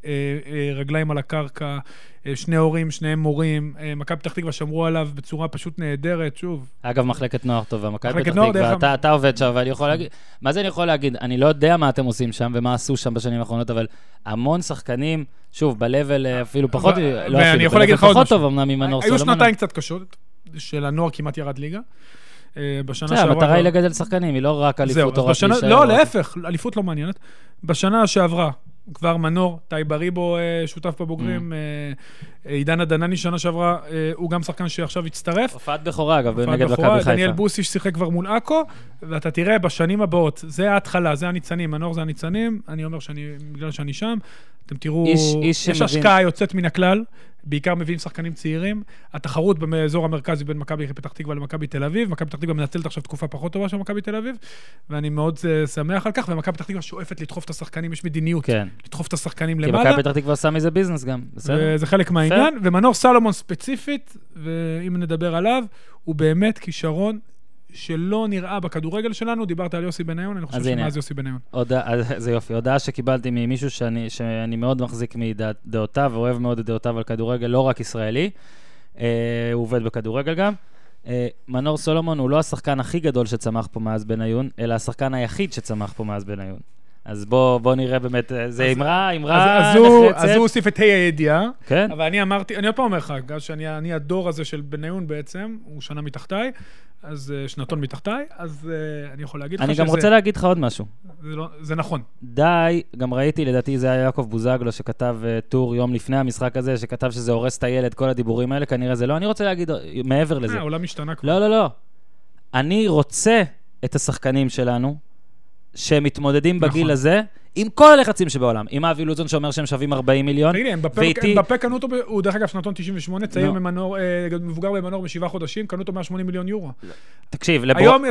רגליים על הקרקע, שני הורים, שניהם מורים, מכבי פתח תקווה שמרו עליו בצורה פשוט נהדרת, שוב. אגב, מחלקת נוער טובה, מכבי פתח תקווה, אתה עובד שם, ואני יכול להגיד, מה זה אני יכול להגיד? אני לא יודע מה אתם עושים שם, ומה עשו שם בשנים האחרונות, אבל המון שחקנים, שוב, ב-level אפילו פחות, לא אפילו, ב-level פחות טוב, אמנם ממנור סולומון. היו שנתיים קצת קשות, של הנוער כמעט ירד ליגה. בשנה שעברה... המטרה היא לגדל שחקנים, היא לא רק אליפות או רק להישאר. לא, להפך, אליפות לא מעניינת. בשנה שעברה, כבר מנור, טי בריבו שותף בבוגרים, עידן הדנני שנה שעברה, הוא גם שחקן שעכשיו הצטרף. הופעת בכורה, אגב, נגד מכבי חיפה. דניאל בוסיש שיחק כבר מול אקו, ואתה תראה בשנים הבאות, זה ההתחלה, זה הניצנים, מנור זה הניצנים, אני אומר שאני, בגלל שאני שם, אתם תראו, יש השקעה יוצאת מן הכלל, בעיקר מביאים שחקנים צעירים, התחרות באזור המרכזי בין מכבי פתח תקווה למכבי תל אביב, מכבי פתח תקווה מנצלת עכשיו תקופה פחות טובה של מכבי תל אביב, ואני מאוד שמח על כך, ומכבי פתח תקווה שואפת לדחוף את השחקנים, יש מדיניות, לדחוף את השחקנים למעלה. כי מכבי פתח תקווה עושה מזה ביזנס גם, בסדר? זה חלק מהעניין, ומנור סולומון ספציפית, ואם נדבר עליו, הוא באמת כישרון שלא נראה בכדורגל שלנו, דיברת על יוסי בניון, אני חושב שמאז יוסי בניון. זה יופי, הודעה שקיבלתי ממישהו שאני, שאני מאוד מחזיק מדעותיו, ואוהב מאוד את דעותיו על כדורגל, לא רק ישראלי, הוא עובד בכדורגל גם. מנור סולומון הוא לא השחקן הכי גדול שצמח פה מאז בניון, אלא השחקן היחיד שצמח פה מאז בניון. אז בוא, בוא נראה באמת, זה אמרה, אמרה נחרצת. אז הוא הוסיף את ה' הידיעה, כן. אבל אני אמרתי, אני עוד פעם אומר לך, בגלל שאני הדור הזה של בניון בעצם, הוא שנה מתחתיי, אז שנתון מתחתיי, אז אני יכול להגיד לך שזה... אני גם רוצה להגיד לך עוד משהו. זה נכון. די, גם ראיתי, לדעתי זה היה יעקב בוזגלו שכתב טור יום לפני המשחק הזה, שכתב שזה הורס את הילד, כל הדיבורים האלה, כנראה זה לא. אני רוצה להגיד מעבר לזה. העולם משתנה כבר. לא, לא, לא. אני רוצה את השחקנים שלנו, שמתמודדים בגיל הזה, עם כל הלחצים שבעולם. עם אבי לוזון שאומר שהם שווים ארבעים מיליון. תגידי, בפה קנו אותו, הוא דרך אגב שנתון תשעים ושמונה, צעיר ממנור, מבוגר במנור בשבעה חודשים, קנו אותו מאה ושמונים מיליון יורו. תקשיב,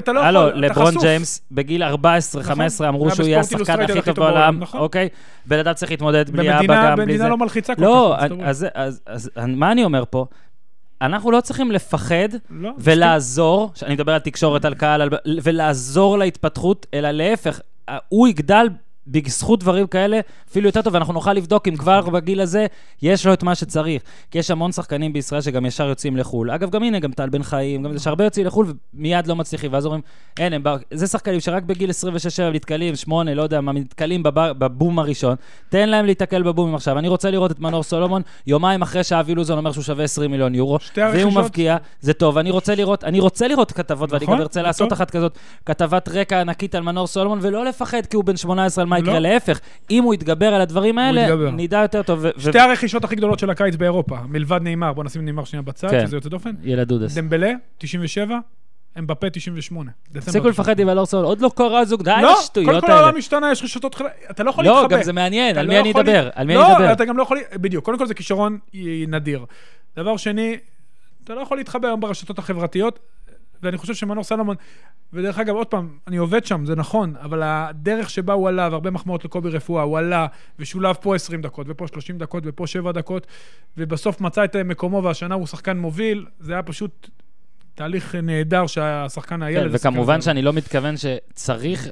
לברון ג'יימס, בגיל ארבע עשרה חמש עשרה, אמרו שהוא יהיה השחקן הכי טוב בעולם, אוקיי? בן אדם צריך להתמודד בלי אבא גם. במדינה לא מלחיצה כל כך. לא, אז מה אני אומר פה? אנחנו לא צריכים לפחד ולעזור, אני מדבר על תקשורת, על קהל, ולעזור להתפתחות, אלא להפך, הוא יגדל בזכות דברים כאלה, אפילו יותר טוב, ואנחנו נוכל לבדוק אם כבר בגיל הזה יש לו את מה שצריך. כי יש המון שחקנים בישראל שגם ישר יוצאים לחול. אגב, גם הנה, גם טל בן חיים, גם יש הרבה יוצאים לחול ומיד לא מצליחים, ואז אומרים, אין, הם, זה שחקנים שרק בגיל עשרים ושש שבע מתקלים, שמונה, לא יודע מה, מתקלים בבום הראשון, תן להם להתקל בבומים עכשיו. אני רוצה לראות את מנור סולומון, יומיים אחרי שאבי לוזון אומר שהוא שווה עשרים מיליון יורו, והוא מבקיע, זה טוב. אני רוצה לראות, אני רוצה לראות כתבות, ואני גם רוצה לעשות אחת כזאת, כתבת רקע ענקית על מנור סולומון, ולא לפחד כי הוא בן שמונה עשרה על מה יקרה. להפך, אם הוא יתגבר על הדברים האלה, נדע יותר טוב. שתי הרכישות הכי גדולות של הקיץ באירופה, מלבד נאמר, בוא נשים נאמר שנייה בצד, שזה יוצא דופן. ילדודס. דמבלה, תשעים ושבע, אמבפה תשעים ושמונה. תפסיקו לפחד עם מנור סולומון, עוד לא קרה זוג, די לשטויות האלה. לא, כל העולם משתנה, יש רשתות חלק, אתה לא יכול להתחבא. לא, גם זה מעניין, על מי אני אדבר? על מי אני אדבר? לא, אתה גם לא יכול, בדיוק, קודם כל זה כישרון נדיר. דבר שני, אתה לא יכול להתחבא ברשתות החברתיות, ואני חושב שמנור סולומון, ודרך אגב, עוד פעם, אני עובד שם, זה נכון, אבל הדרך שבה הוא עלה, והרבה מחמאות לקובי רפואה, הוא עלה ושולב פה עשרים דקות, ופה שלושים דקות, ופה שבע דקות, ובסוף מצא את מקומו, והשנה הוא שחקן מוביל, זה היה פשוט תהליך נהדר שהשחקן הילד... כן, וכמובן שאני לא מתכוון שצריך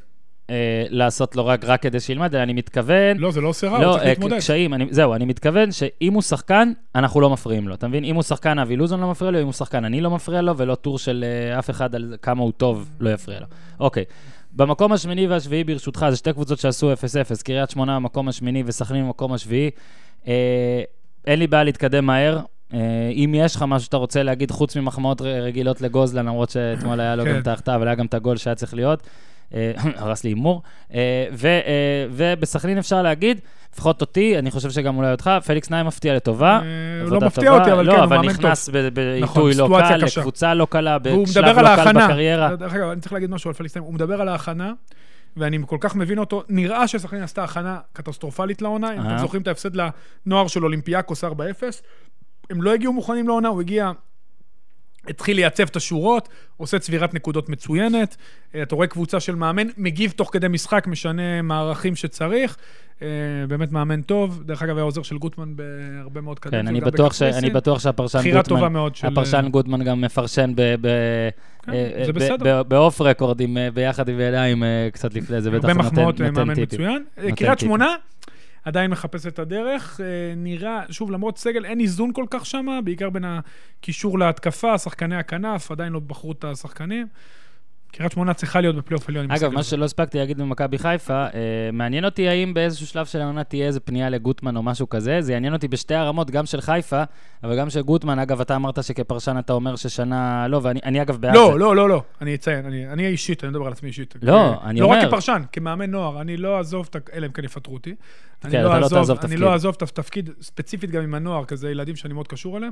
לעשות לו רק, רק כדי שילמד, אני מתכוון... לא, זה לא עושה רע, הוא צריך להתמודד. קשיים, אני, זהו, אני מתכוון שאם הוא שחקן, אנחנו לא מפריעים לו. אתה מבין? אם הוא שחקן, אבי לוזון לא מפריע לו, אם הוא שחקן, אני לא מפריע לו, ולא טור של אף אחד על כמה הוא טוב לא יפריע לו. אוקיי. במקום השמיני והשביעי, ברשותך, זה שתי קבוצות שעשו אפס אפס, קריית שמונה במקום השמיני וסכנין במקום השביעי. אה, אין לי בעיה להתקדם מהר. אה, אם יש לך משהו שאתה רוצה להגיד, חוץ ממחמאות רגילות לגוזלן, למרות שאתמול היה לו גם תחתה, אבל היה גם את הגול שהיה צריך להיות. הרס לי אימור, ובסכנין אפשר להגיד, לפחות אותי, אני חושב שגם אולי אותך, פליקס נאי מפתיע לטובה. הוא לא מפתיע אותי, אבל כן, הוא מאמן טוב. לא, אבל נכנס בעיתוי לא קל, לקבוצה לא קלה, בשלב לא קל בקריירה. דרך אגב, אני צריך להגיד משהו על פליקס נאי, הוא מדבר על ההכנה, ואני כל כך מבין אותו, נראה שסכנין עשתה הכנה קטסטרופלית לעונה, אם אתם זוכרים את ההפסד לנוער של אולימפיאקוס ארבע אפס, הם לא הגיעו מוכנים לעונה, הוא הגיע... התחיל לייצב את השורות, עושה צבירת נקודות מצוינת, אתה רואה קבוצה של מאמן, מגיב תוך כדי משחק, משנה מערכים שצריך, באמת מאמן טוב, דרך אגב היה עוזר של גוטמן בהרבה מאוד קדנציות. כן, אני בטוח, ש... אני בטוח שהפרשן גוטמן, של... הפרשן גוטמן גם מפרשן ב... ב... כן, זה בסדר. באוף רקורדים, ביחד עם ידיים קצת לפני, זה בטח נותן, נותן טיפים. קריית שמונה, עדיין מחפש את הדרך, נראה, שוב, למרות סגל, אין איזון כל כך שמה, בעיקר בין הקישור להתקפה, שחקני הכנף, עדיין לא בחרו את השחקנים. קריית שמונה צריכה להיות בפלייאוף עליון. אגב, מה שלא הספקתי להגיד במכבי חיפה, מעניין אותי האם באיזשהו שלב של העונה תהיה איזה פנייה לגוטמן או משהו כזה, זה יעניין אותי בשתי הרמות, גם של חיפה, אבל גם של גוטמן. אגב, אתה אמרת שכפרשן אתה אומר ששנה, לא, ואני אגב בעד. לא, לא, לא, לא, אני אציין, אני אישית, אני מדבר על עצמי אישית. לא, אני אומר. לא רק כפרשן, כמאמן נוער, אני לא אעזוב, אלא אם כן יפטרו אותי. אני לא אעזוב את התפקיד, ספציפית גם עם הנוער, כזה ילדים שאני מאוד קשור אליהם.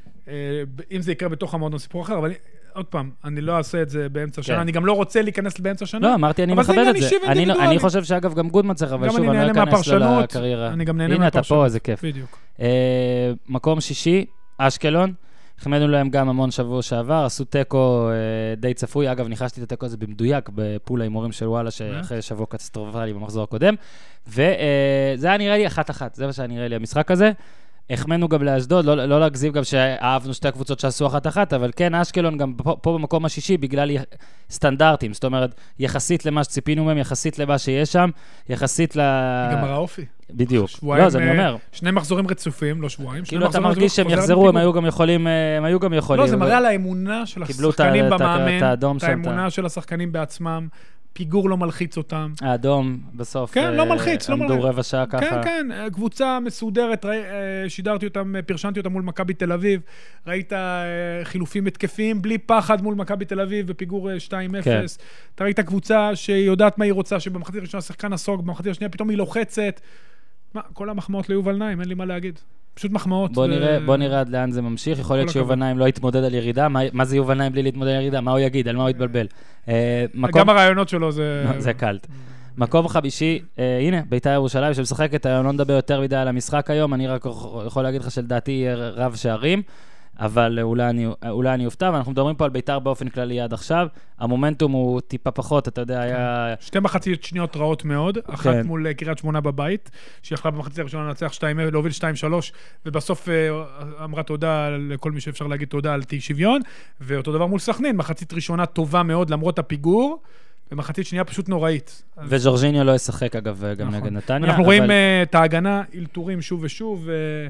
אם זה יקרה בתוך המועדון סיפור אחר, אבל עוד פעם, אני לא אעשה את זה באמצע השנה, אני גם לא רוצה להיכנס באמצע השנה. לא, אמרתי, אני מכבד את זה. אני חושב שאגב, גם גודמן צריך, אבל שוב, אני לא אכנס לו לקריירה. אני גם נהנה הנה, אתה פה, זה כיף. בדיוק. מקום שישי, אשקלון. החמדנו להם גם המון שבוע שעבר, עשו טקו די צפוי. אגב, ניחשתי את הטקו הזה במדויק, בפול ההימורים של וואלה, שאחרי שבוע קטסטרופלי במחזור הקודם. וזה היה נראה לי אחת-אחת, זה מה שהיה נראה לי המשחק הזה. החמנו גם לאשדוד, לא, לא להגזיב גם שאהבנו שתי הקבוצות שעשו אחת-אחת, אבל כן, אשקלון גם פה, פה במקום השישי, בגלל סטנדרטים, זאת אומרת, יחסית למה שציפינו מהם, יחסית למה שיש שם, יחסית ל... גם מראה אופי. בדיוק. לא, זה אני אומר. שני מחזורים רצופים, לא שבועיים. כאילו אתה מרגיש שהם יחזרו, הם היו גם יכולים, הם היו גם יכולים. לא, זה מראה על האמונה של השחקנים במאמן, את האמונה של השחקנים בעצמם. פיגור לא מלחיץ אותם. האדום בסוף. כן, לא מלחיץ, לא מלחיץ. עמדו רבע שעה ככה. כן, כן, קבוצה מסודרת, שידרתי אותם, פרשנתי אותם מול מכבי תל אביב, ראית חילופים התקפיים, בלי פחד מול מכבי תל אביב, ופיגור שתיים אפס. אתה ראית קבוצה שיודעת מה היא רוצה, שבמחצית הראשונה שחקן נסוג, במחצית השנייה פתאום היא לוחצת. מה, כל המחמאות ליובל נעים, אין לי מה להגיד. פשוט מחמאות. בוא נראה, בוא נראה עד לאן זה ממשיך. יכול להיות שיובל נעים לא יתמודד על ירידה. מה זה יובל נעים בלי להתמודד על ירידה? מה הוא יגיד? על מה הוא יתבלבל? גם הרעיונות שלו זה... זה קלט. מקום חמישי, הנה, בית"ר ירושלים שמשחקת, אני לא נדבר יותר מדי על המשחק היום, אני רק יכול להגיד לך שלדעתי יהיה רב שערים, אבל אולי אני, אולי אני אופתע, ואנחנו מדברים פה על בית"ר באופן כללי עד עכשיו. המומנטום הוא טיפה פחות, אתה יודע, היה... שתי מחציות שניות רעות מאוד, אחת מול קריית שמונה בבית, שיכלה במחצית הראשונה לנצח שתיים אפס, להוביל שתיים שלוש, ובסוף אמרה תודה לכל מי שאפשר להגיד תודה על תי שוויון, ואותו דבר מול סכנין, מחצית ראשונה טובה מאוד למרות הפיגור, ומחצית שנייה פשוט נוראית. וז'ורג'יניו לא ישחק אגב גם נגד נתניה. אנחנו רואים את ההגנה, אילתורים שוב ושוב,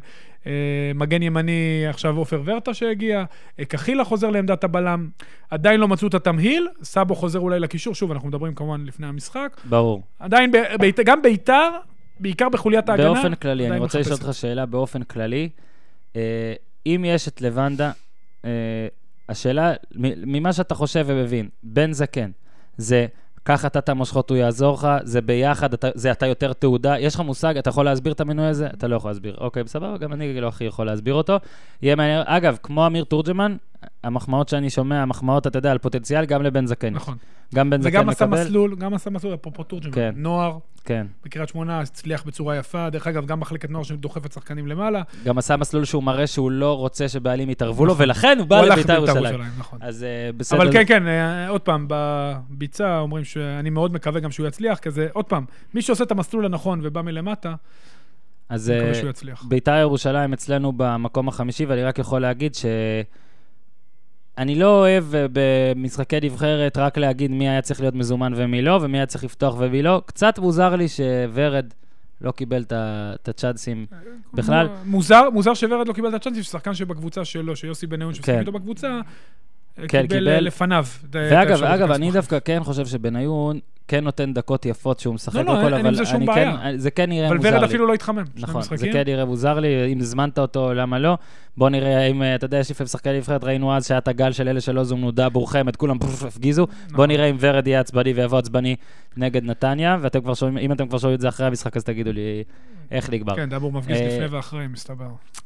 מגן ימני עכשיו אופר ורטה שהגיע, כחילה חוזר לעמדת הבלם, עדיין לא מצאו את התמהיל, סאבו חוזר אולי לקישור, שוב אנחנו מדברים כמובן לפני המשחק. ברור. עדיין, גם בית"ר, בעיקר בחוליית ההגנה. באופן כללי, אני רוצה לשאול אותך שאלה באופן כללי, אם יש את לבנדה, השאלה, ממה שאתה חושב ומבין, בן זקן, זה ככה אתה תמושכות, הוא יעזור לך, זה ביחד, אתה, זה אתה יותר תעודה, יש לך מושג, אתה יכול להסביר את המינוי הזה? אתה לא יכול להסביר. אוקיי, בסדר, גם אני לא הכי יכול להסביר אותו. יהיה מעניין, אגב, כמו אמיר תורג'מן, המחמאות שאני שומע, המחמאות, אתה יודע, על פוטנציאל, גם לבן זקן. נכון. גם בן זקן מקבל. וגם עשה מסלול, גם עשה מסלול, אפרופו תורג'מן. כן. נוער. כן. בקריית שמונה, הצליח בצורה יפה, דרך אגב, גם מחלקת נוער שדוחפת שחקנים למעלה. גם עשה מסלול שהוא מראה שהוא לא רוצה שבעלים יתערבו לו, ולכן הוא בא לבית"ר ירושלים. אז בסדר. אבל כן, כן, עוד פעם, בביצה אומרים שאני מאוד מקווה גם שהוא יצליח, כזה, עוד פעם, מי שעושה את המסלול הנכון ובא מלמטה, אז בית"ר ירושלים אצלנו במקום החמישי, ואני רק יכול להגיד ש אני לא אוהב במשחקי נבחרת רק להגיד מי היה צריך להיות מזומן ומי לא, ומי היה צריך לפתוח ומי לא. קצת מוזר לי שוורד לא קיבל את הצ'אנסים בכלל. מוזר, מוזר שוורד לא קיבל את הצ'אנסים, ששחקן שבקבוצה שלו, שיוסי בניון שמשחק איתו בקבוצה, קיבל לפניו. ואגב, אגב, אני דווקא כן חושב שבניון כן נותן דקות יפות שהוא משחק לא, לא, אין עם זה שום בעיה. זה כן נראה מוזר לי. אבל ורד אפילו לא התחמם. נכון, זה כן נראה מוזר לי, אם זמנת אותו, למה לא? בוא נראה, אם אתה יודע, יש לפעמים שחקני נבחרת, ראינו אז שהיה את הגל של אלה שלא זומנו דאבור חמד, כולם פוף הפגיזו. בוא נראה אם ורד יהיה עצבני ויבוא עצבני נגד נתניה, ואתם כבר שומעים, אם אתם כבר שומעים את זה אחרי המשחק, אז תגידו לי איך נגבר. כן, דאבור מפגיז לפני ואחרי, מסתבר.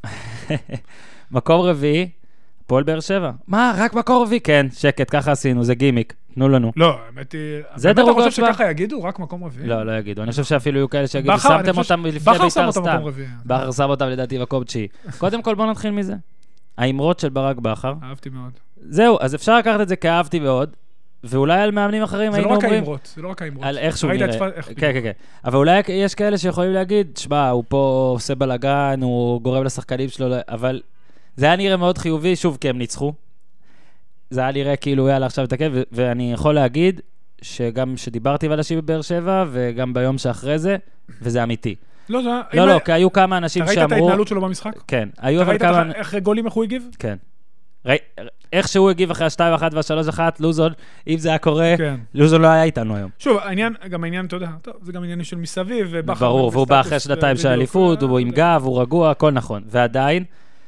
מקום רביעי, פועל באר שבע. מה, רק מקום רביעי? כן, שקט, ככה עשינו, זה גימיק. תנו לנו. לא, האמת היא... זה דירוג אתה חושב שככה יגידו? רק מקום רביעי? לא, לא יגידו. אני חושב שאפילו יהיו כאלה שיגידו, שמתם אותם לפני בית"ר סתם. בכר שם אותם לדעתי מקום תשיעי. קודם כל בוא נתחיל מזה. האמרות של ברק בכר. אהבתי מאוד. זהו, אז אפשר לקחת את זה כאהבתי מאוד, ואולי על מאמנים אחרים היינו אומרים... זה לא רק האמרות, זה לא רק האמרות. על איך שהוא נראה. כן, כן, כן. אבל אולי יש כאלה שיכולים להגיד, שמה, הוא פה עושה בלגן, הוא גורם לשחקנים שלו, אבל זה היה נראה מאוד חיובי, שוב, כי הם ניצחו. זה היה נראה כאילו יאללה עכשיו לתקן, ואני יכול להגיד שגם שדיברתי על אנשים בבאר שבע, וגם ביום שאחרי זה, וזה אמיתי. לא, לא, לא, כי היו כמה אנשים שאמרו... אתה ראית את ההתנהלות שלו במשחק? כן. היו אבל כמה... אתה ראית אחרי גולים איך הוא הגיב? כן. איך שהוא הגיב אחרי ה-שתיים אחת וה-שלוש אחת, לוזון, אם זה היה קורה, לוזון לא היה איתנו היום. שוב, גם העניין, אתה יודע, זה גם עניינים של מסביב, ברור, והוא בא אחרי שנתיים של אליפות, הוא עם גב, הוא רגוע, הכל נכון. ועדיין,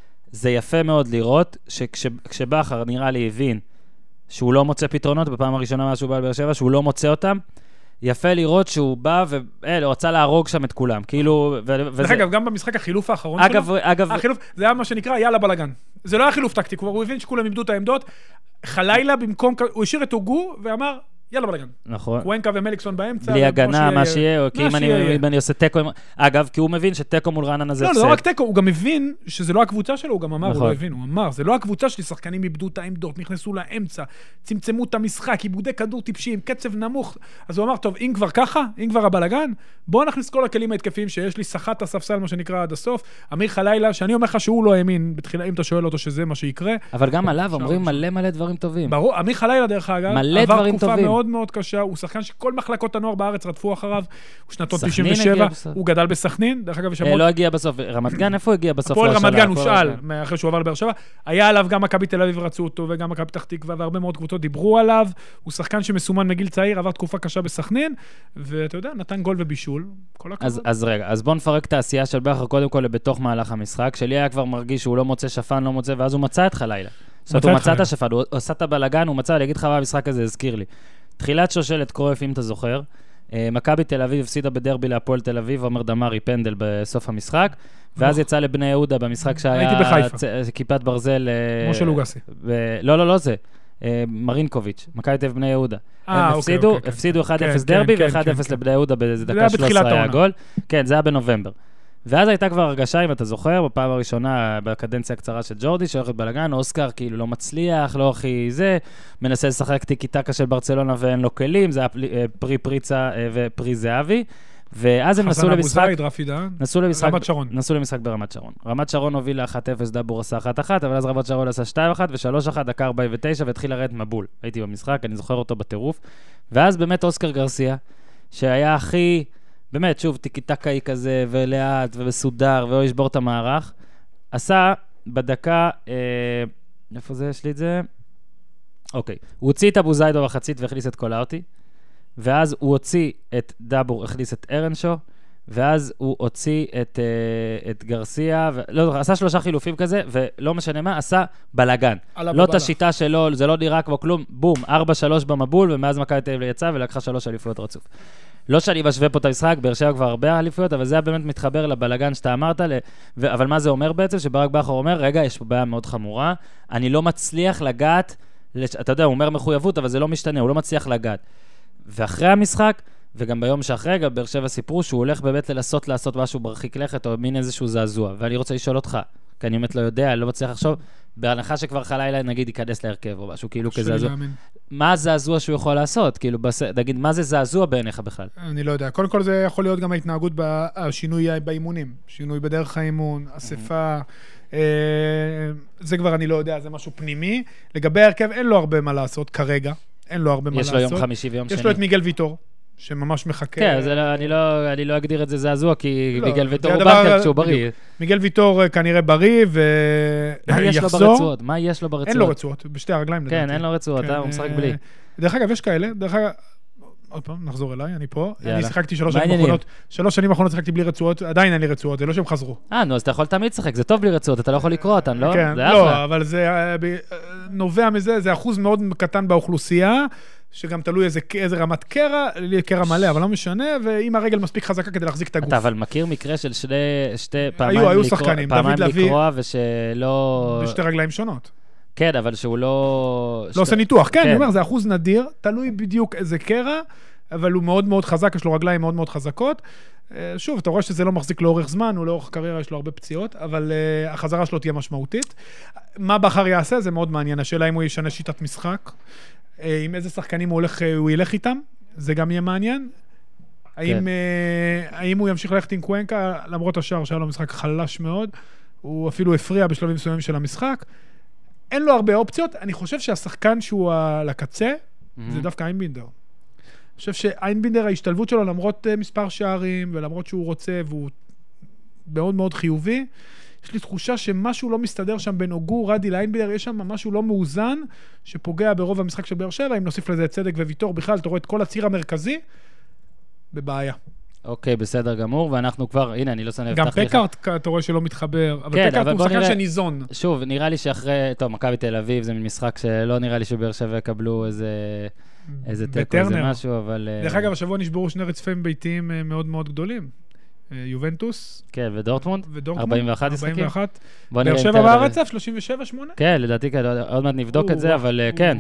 זה יפה מאוד לראות שכשבחר נראה לי הבין שהוא לא מוצא פתרונות, בפעם הראשונה מאז שהוא בא לבאר שבע, שהוא לא מוצא אותם, יפה לראות שהוא בא והוא רצה להרוג שם את כולם, כאילו... דרך אגב, גם במשחק החילוף האחרון שלו, החילוף, זה היה מה שנקרא, יאללה בלגן. זה לא היה חילוף טקטי, הוא הבין שכולם איבדו את העמדות, חלילה במקום, הוא השאיר את הוגו ואמר, יאללה בלגן. נכון. קוונקה ומליקסון באמצע. בלי הגנה, מה שיהיה, כי אם אני עושה טקו... אגב, כי הוא מבין שטקו מול רעננה זה הפסד. לא, לא רק טקו, הוא גם מבין שזה לא הקבוצה שלו, הוא גם אמר, הוא לא הבין, הוא אמר, זה לא הקבוצה שלי, שחקנים איבדו את העמדות, נכנסו לאמצע, צמצמו את המשחק, איבודי כדור טיפשיים, קצב נמוך. אז הוא אמר, טוב, אם כבר ככה, אם כבר הבלגן, בוא נכניס כל הכלים ההתקפיים שיש לי, שחט הספסל, מה שנקרא עד הסוף. אמיר חלילה, שאני אומר לך שהוא לא האמין, בתחילה, אם אתה שואל אותו שזה מה שיקרה. אבל גם עליו אומרים מלא מלא דברים טובים. ברור, אמיר חלילה, דרך אגב, עבר תקופה מאוד מאוד קשה. הוא שחקן שכל מחלקות הנוער בארץ רדפו אחריו, הוא שנתון תשעים ושבע, הוא גדל בסכנין, דרך אגב יש המון... לא הגיע בסוף, רמת גן, איפה הוא הגיע בסוף? הפועל רמת גן הושאל, אחרי שהוא עבר לבאר שבע, היה עליו גם מכבי תל אביב רצו אותו, וגם מכבי פתח תקווה, והרבה מאוד קבוצות דיברו עליו, הוא שחקן שמסומן מגיל צעיר, עבר תקופה קשה בסכנין, ואתה יודע, נתן גול ובישול, כל הכבוד. אז רגע, אז בוא נפרק את העשייה של בכר קודם כל בתוך מהלך המשחק, שלי היה כבר מרגיש שהוא לא מוצא שפן, לא מוצא, ואז הוא מצא את חלילה. זאת אומרת, הוא מצא את השפן, הוא עשה את הבלגן, הוא מצא, אני אגיד לך מה המשחק הזה הזכיר לי. תחילת שושלת קרויף, אם אתה זוכר, מכבי תל אביב הפסידה בדרבי להפועל תל אביב, עומר דמרי פנדל בסוף המשחק, ואז יצא לבני יהודה במשחק שהיה כיפת ברזל... משה לוגסי. לא, לא, לא זה. מרינקוביץ', מכבי תל אביב בני יהודה. הם הפסידו, הפסידו אחד אפס דרבי ו-אחד אפס לבני יהודה באיזה דקה שלוש עשרה היה גול. כן, זה היה בנובמבר. ואז הייתה כבר הרגשה, אם אתה זוכר, בפעם הראשונה, בקדנציה הקצרה של ג'ורדי, שהולכת בלגן, אוסקר כאילו לא מצליח, לא הכי זה, מנסה לשחק טיקי-טקה של ברצלונה ואין לו כלים, זה היה פרי פריצה ופרי זהבי, ואז הם נסו למשחק, נסו למשחק, נסו למשחק ברמת שרון. רמת שרון הובילה אחת אפס, דאבור עשה אחת אחת, אבל אז רמת שרון עשה שתיים אחת ו-שלוש אחת, דקה ארבעים ותשע, והתחיל לרדת מבול. הייתי במשחק, אני זוכר אותו בטירוף, ואז באמת אוסקר גרסיה, שהיה הכי באמת, שוב, טיקי-טקאי כזה, ולאט, ובסודר, ולא ישבור את המערך, עשה בדקה, אה, איפה זה? יש לי את זה? אוקיי. הוא הוציא את אבו זיידו בחצית והכניס את קולאוטי, ואז הוא הוציא את דאבור, הכניס את ארנשו, ואז הוא הוציא את, אה, את גרסיה, ו... לא, עשה שלושה חילופים כזה, ולא משנה מה, עשה בלגן. לא את השיטה שלו, זה לא נראה כמו כלום, בום, ארבע שלוש במבול, ומאז מכבי תל אביב יצא ולקחה שלוש אליפויות רצוף. לא שאני משווה פה את המשחק, באר שבע כבר הרבה אליפויות, אבל זה היה באמת מתחבר לבלגן שאתה אמרת, ל... ו... אבל מה זה אומר בעצם? שברק בכר אומר, רגע, יש פה בעיה מאוד חמורה, אני לא מצליח לגעת, לש... אתה יודע, הוא אומר מחויבות, אבל זה לא משתנה, הוא לא מצליח לגעת. ואחרי המשחק, וגם ביום שאחרי, גם באר שבע סיפרו שהוא הולך באמת לנסות לעשות משהו ברחיק לכת, או מין איזשהו זעזוע. ואני רוצה לשאול אותך, כי אני באמת לא יודע, אני לא מצליח לחשוב, בהנחה שכבר חלילה, נגיד, ייכנס להרכב או משהו, כאילו כזעזוע. מה הזעזוע שהוא יכול לעשות? כאילו, נגיד, מה זה זעזוע בעיניך בכלל? אני לא יודע. קודם כל זה יכול להיות גם ההתנהגות בשינוי באימונים. שינוי בדרך האימון, אספה. זה כבר אני לא יודע, זה משהו פנימי. לגבי ההרכב, אין לו הרבה מה לעשות כרגע. אין לו הרבה מה לעשות. יש לו יום חמישי ויום שני. יש לו את מיגל ויטור. שממש מחכה. כן, אני לא אגדיר את זה זעזוע, כי מיגל ויטור הוא בנקר כשהוא בריא. מיגל ויטור כנראה בריא, ויחזור. מה יש לו ברצועות? אין לו רצועות, בשתי הרגליים. כן, אין לו רצועות, הוא משחק בלי. דרך אגב, יש כאלה, דרך אגב, עוד פעם, נחזור אליי, אני פה. אני שיחקתי שלוש שנים האחרונות, שלוש שנים האחרונות שיחקתי בלי רצועות, עדיין אין לי רצועות, זה לא שהם חזרו. אה, נו, אז אתה יכול תמיד לשחק, זה טוב בלי רצועות, אתה לא יכול לקרוא אותן, לא? כן, לא, אבל זה נובע מזה, זה אחוז מאוד קטן באוכלוסייה, שגם תלוי איזה, איזה רמת קרע, לי קרע מלא, אבל לא משנה, ואם הרגל מספיק חזקה כדי להחזיק את הגוף. אתה אבל מכיר מקרה של שני, שתי פעמיים היו, היו לקרוא, שחקנים, פעמיים לקרוע ושלא... בשתי רגליים שונות. כן, אבל שהוא לא... לא עושה ניתוח, כן, אני אומר, זה אחוז נדיר, תלוי בדיוק איזה קרע, אבל הוא מאוד מאוד חזק, יש לו רגליים מאוד מאוד חזקות. שוב, אתה רואה שזה לא מחזיק לאורך זמן, הוא לאורך קריירה, יש לו הרבה פציעות, אבל uh, החזרה שלו תהיה משמעותית. מה בכר יעשה? זה מאוד מעניין. השאלה אם הוא ישנה שיטת משחק, עם איזה שחקנים הוא, הולך, הוא ילך איתם, זה גם יהיה מעניין. האם, כן. uh, האם הוא ימשיך ללכת עם קוונקה, למרות השאר שהיה לו משחק חלש מאוד, הוא אפילו הפריע בשלבים מסוימים של המשחק. אין לו הרבה אופציות. אני חושב שהשחקן שהוא על הקצה, mm-hmm. זה דווקא איינבינדר. אני חושב שאיינבינדר, ההשתלבות שלו, למרות מספר שערים, ולמרות שהוא רוצה, והוא מאוד מאוד חיובי. יש לי תחושה שמשהו לא מסתדר שם בין אוגור, רדי לאיינבדר, יש שם משהו לא מאוזן, שפוגע ברוב המשחק של באר שבע, אם נוסיף לזה צדק וויתור, בכלל, אתה רואה את כל הציר המרכזי, בבעיה. אוקיי, בסדר גמור, ואנחנו כבר, הנה, אני לא שונא, גם פקארט, אתה רואה שלא מתחבר, אבל כן, פקארט אבל הוא שחקן נראה, שניזון. שוב, נראה לי שאחרי, טוב, מכבי תל אביב, זה משחק שלא נראה לי שבאר שבע יקבלו איזה, איזה טקו, איזה משהו, אבל... דרך אגב, השבוע נשברו שני רצפים ביתיים מאוד מאוד גדולים. יובנטוס. כן, ודורטמונד. ארבעים ואחת משחקים. ארבעים ואחת. באר שבע בארצף, שלושים ושבע שמונה. כן, לדעתי, עוד מעט נבדוק את זה, אבל כן.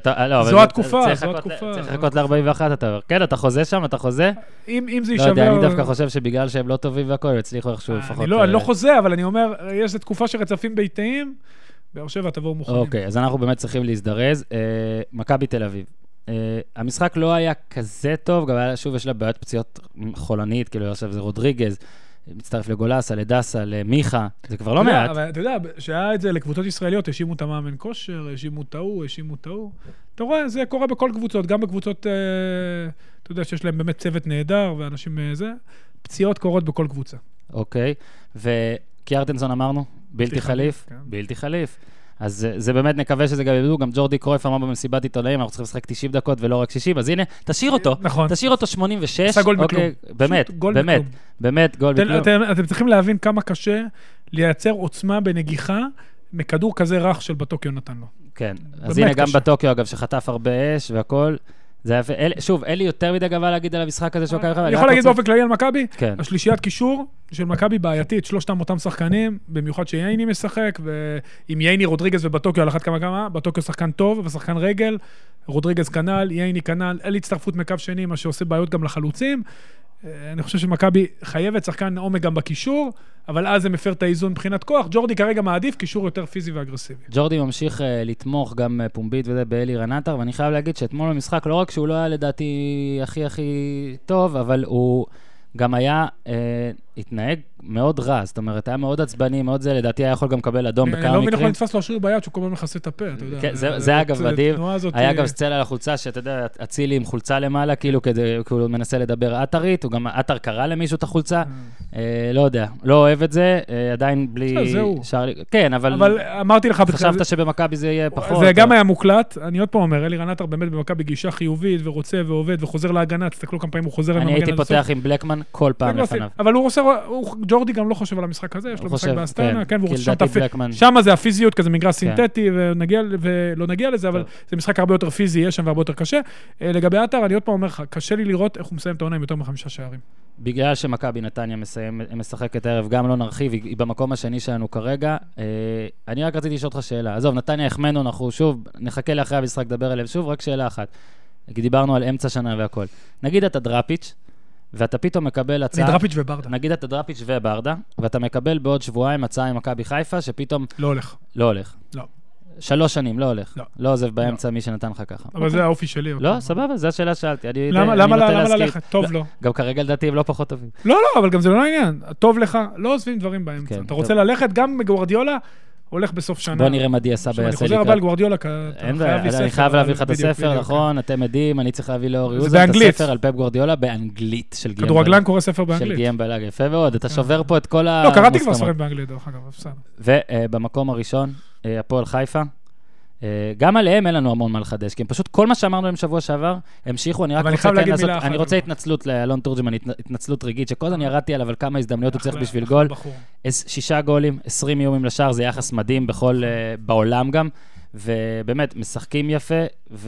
זו התקופה, זו התקופה. צריך לחכות ל-ארבעים ואחת, אתה אומר. כן, אתה חוזה שם, אתה חוזה? אם זה יישבר... לא יודע, אני דווקא חושב שבגלל שהם לא טובים והכל, הצליחו איכשהו לפחות... אני לא חוזה, אבל אני אומר, יש תקופה שרצפים ביתיים, באר שבע תבואו מוכנים. אוקיי, אז אנחנו באמת צריכים להזדרז. מכבי תל אביב. Uh, המשחק לא היה כזה טוב, גם היה, שוב יש לה בעיות פציעות חולנית, כאילו עכשיו זה רודריגז, מצטרף לגולסה, לדסה, למיכה, זה כבר לא מעט. אבל אתה יודע, שהיה את זה לקבוצות ישראליות, האשימו את המאמן כושר, האשימו את ההוא, האשימו את ההוא. אתה רואה, זה קורה בכל קבוצות, גם בקבוצות, uh, אתה יודע, שיש להם באמת צוות נהדר, ואנשים uh, זה, פציעות קורות בכל קבוצה. אוקיי, וקיארטנסון אמרנו, בלתי חליף, בלתי חליף. אז זה באמת נקווה שזה גם יבדו, גם ג'ורדי קרויף אמר במסיבת עיתונאים, אנחנו צריכים לשחק תשעים דקות ולא רק שישים, אז הנה, תשאיר אותו, תשאיר אותו שמונים ושש. עשה גול בכלום. באמת, באמת, באמת, גול בכלום. אתם צריכים להבין כמה קשה לייצר עוצמה בנגיחה, מכדור כזה רך של בטוקיו נתן לו. כן, אז הנה גם בטוקיו, אגב, שחטף הרבה אש והכל, זה יפה. שוב, אין לי יותר מדי גבה להגיד על המשחק הזה של מכבי. אני יכול להגיד באופן כללי על מכבי? כן. השלישיית קישור של מכבי בעייתית, שלושתם אותם שחקנים, במיוחד שייני משחק, ועם ייני, רודריגז ובטוקיו על אחת כמה כמה, בטוקיו שחקן טוב ושחקן רגל, רודריגז כנל, ייני כנל, אין לי הצטרפות מקו שני, מה שעושה בעיות גם לחלוצים. אני חושב שמכבי חייבת שחקן עומק גם בקישור, אבל אז זה מפר את האיזון מבחינת כוח. ג'ורדי כרגע מעדיף קישור יותר פיזי ואגרסיבי. ג'ורדי ממשיך uh, לתמוך גם uh, פומבית וזה באלי רנטר, ואני חייב להגיד שאתמול במשחק, לא רק שהוא לא היה לדעתי הכי הכי טוב, אבל הוא גם היה, uh, התנהג מאוד רע, זאת אומרת, היה מאוד עצבני, מאוד זה, לדעתי היה יכול גם לקבל אדום בכמה מקרים. אני לא מבין איך לא נתפס לו השריר ביד, שהוא כל הזמן מכסה את הפה, אתה יודע. זה אגב מדהים, היה גם סצנה על החולצה, שאתה יודע, אצילי עם חולצה למעלה, כאילו הוא מנסה לדבר אתרית, הוא גם אתר קרא למישהו את החולצה, לא יודע, לא אוהב את זה, עדיין בלי... כן, אבל... אמרתי לך... חשבת שבמכבי זה יהיה פחות. זה גם היה מוקלט, אני עוד פעם אומר, אלי רנטר באמת במכבי גישה חיובית ורוצה ועובד וחוזר להגנה, תסתכלו כמה פעמים הוא חוזר אני הייתי פותח עם בלקמן כל פעם לפניו. אבל הוא עושה, ג'ורדי גם לא חושב על המשחק הזה, יש לו משחק באסטנה, כן, שם זה הפיזיות, כזה מגרש סינתטי, ולא נגיע לזה, אבל זה משחק הרבה יותר פיזי, יש שם והרבה יותר קשה. לגבי אתר, אני עוד פעם אומר לך, קשה לי לראות איך הוא מסיים את העונה עם יותר מחמישה שערים. בגלל שמכבי נתניה משחק את הערב, גם לא נרחיב, היא במקום השני שלנו כרגע. אני רק רציתי לשאול אותך שאלה. עזוב, נתניה החמנו, אנחנו שוב, נחכה לאחרי המשחק, דבר אליו שוב, רק שאלה אחת. דיברנו על אמצע שנה והכל. נגיד אתה דראפיץ', ואתה פתאום מקבל הצעה... אני דראפיץ' וברדה. נגיד אתה דראפיץ' וברדה, ואתה מקבל בעוד שבועיים הצעה עם מכבי חיפה, שפתאום... לא הולך. לא הולך. לא. שלוש שנים, לא הולך. לא. לא עוזב באמצע מי שנתן לך ככה. אבל זה האופי שלי. לא, סבבה, זו השאלה שאלתי. למה ללכת? טוב לא. גם כרגע לדעתי הם לא פחות טובים. לא, לא, אבל גם זה לא העניין. טוב לך, לא עוזבים דברים באמצע. אתה רוצה ללכת גם בגוארדיולה, הולך בסוף שנה. בוא נראה מה דיה סבא יעשה לקראת. אני חוזר הבא לגוארדיולה, אני חייב להביא לך את הספר, נכון? אתם יודעים, אני צריך להביא לאור יוזן את הספר על פפ גוארדיולה באנגלית של גיאם בלאג. כדורגלן קורא ספר באנגלית. של גיאם בלאג, יפה מאוד, אתה שובר פה את כל ה... לא, קראתי כבר ספרים באנגלית, דרך אגב, בסדר. ובמקום הראשון, הפועל חיפה, גם עליהם אין לנו המון מה לחדש, כי הם פשוט כל מה שאמרנו להם שבוע שעבר, המשיכו, אני רק רוצה כן לעשות, אני רוצה התנצלות לאלון תורג'מן, התנצלות רגעית, שכל הזמן ירדתי עליו על כמה הזדמנויות הוא צריך בשביל גול, שישה גולים, עשרים איומים לשער, זה יחס מדהים בכל, בעולם גם, ובאמת, משחקים יפה,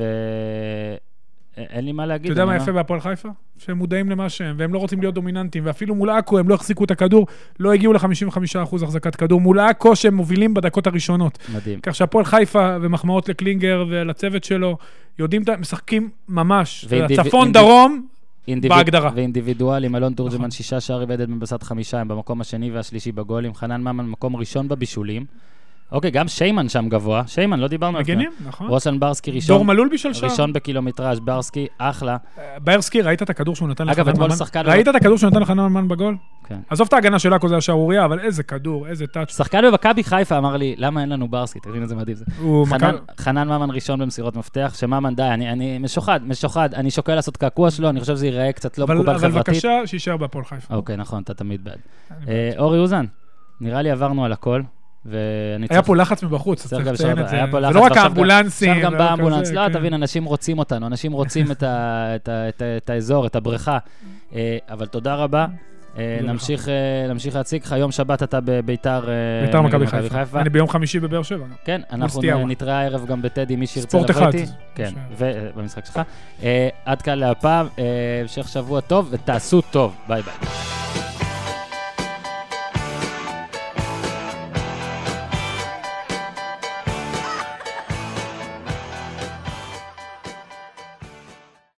ואין לי מה להגיד. אתה יודע מה יפה בהפועל חיפה? שהם מודעים למה שהם, והם לא רוצים להיות דומיננטים, ואפילו מול אקו הם לא החזיקו את הכדור, לא הגיעו ל-חמישים וחמישה אחוז החזקת כדור, מול אקו שהם מובילים בדקות הראשונות. מדהים. כך שהפועל חיפה ומחמאות לקלינגר ולצוות שלו, יודעים, משחקים ממש, צפון דרום, בהגדרה. ואינדיבידואלים, אלון תורג'מן שישה שערים ועדד מבסת חמישה, הם במקום השני והשלישי בגולים, חנן ממן מקום ראשון בבישולים, אוקיי, גם שיימן שם גבוה. שיימן, לא דיברנו על זה. מגנים, נכון. רוסן ברסקי ראשון. דור מלול בשל שער. ראשון בקילומטראז', ברסקי, אחלה. ברסקי, ראית את הכדור שהוא נתן אגב, אתמול שחקן... ראית את הכדור שהוא נתן לחנן ממן בגול? כן. עזוב את ההגנה שלה, זה השערוריה, אבל איזה כדור, איזה טאץ'. שחקן במכבי חיפה אמר לי, למה אין לנו ברסקי? תבין איזה מדהים זה. חנן ממן ראשון במסירות מפתח, שממן די, אני משוחד, משוחד, אני שוקל לעשות קעקוע שלו, אני חושב שזה ייראה קצת לא מקובל חברתית. אבל בבקשה, שישאר בהפועל חיפה. אוקיי, נכון, אתה תמיד בעד. אורי אוזן, נראה לי עברנו על הכל. היה פה לחץ מבחוץ, צריך לציין את זה. זה לא רק האמבולנסים. עכשיו גם באמבולנס, לא, תבין, אנשים רוצים אותנו, אנשים רוצים את האזור, את הבריכה. אבל תודה רבה. נמשיך להציג לך, יום שבת אתה בביתר מכבי חיפה. אני ביום חמישי בבאר שבע. כן, אנחנו נתראה הערב גם בטדי, מי שירצה לבוא איתי. כן, ובמשחק שלך. עד כאן להפעם, המשך שבוע טוב, ותעשו טוב. ביי ביי.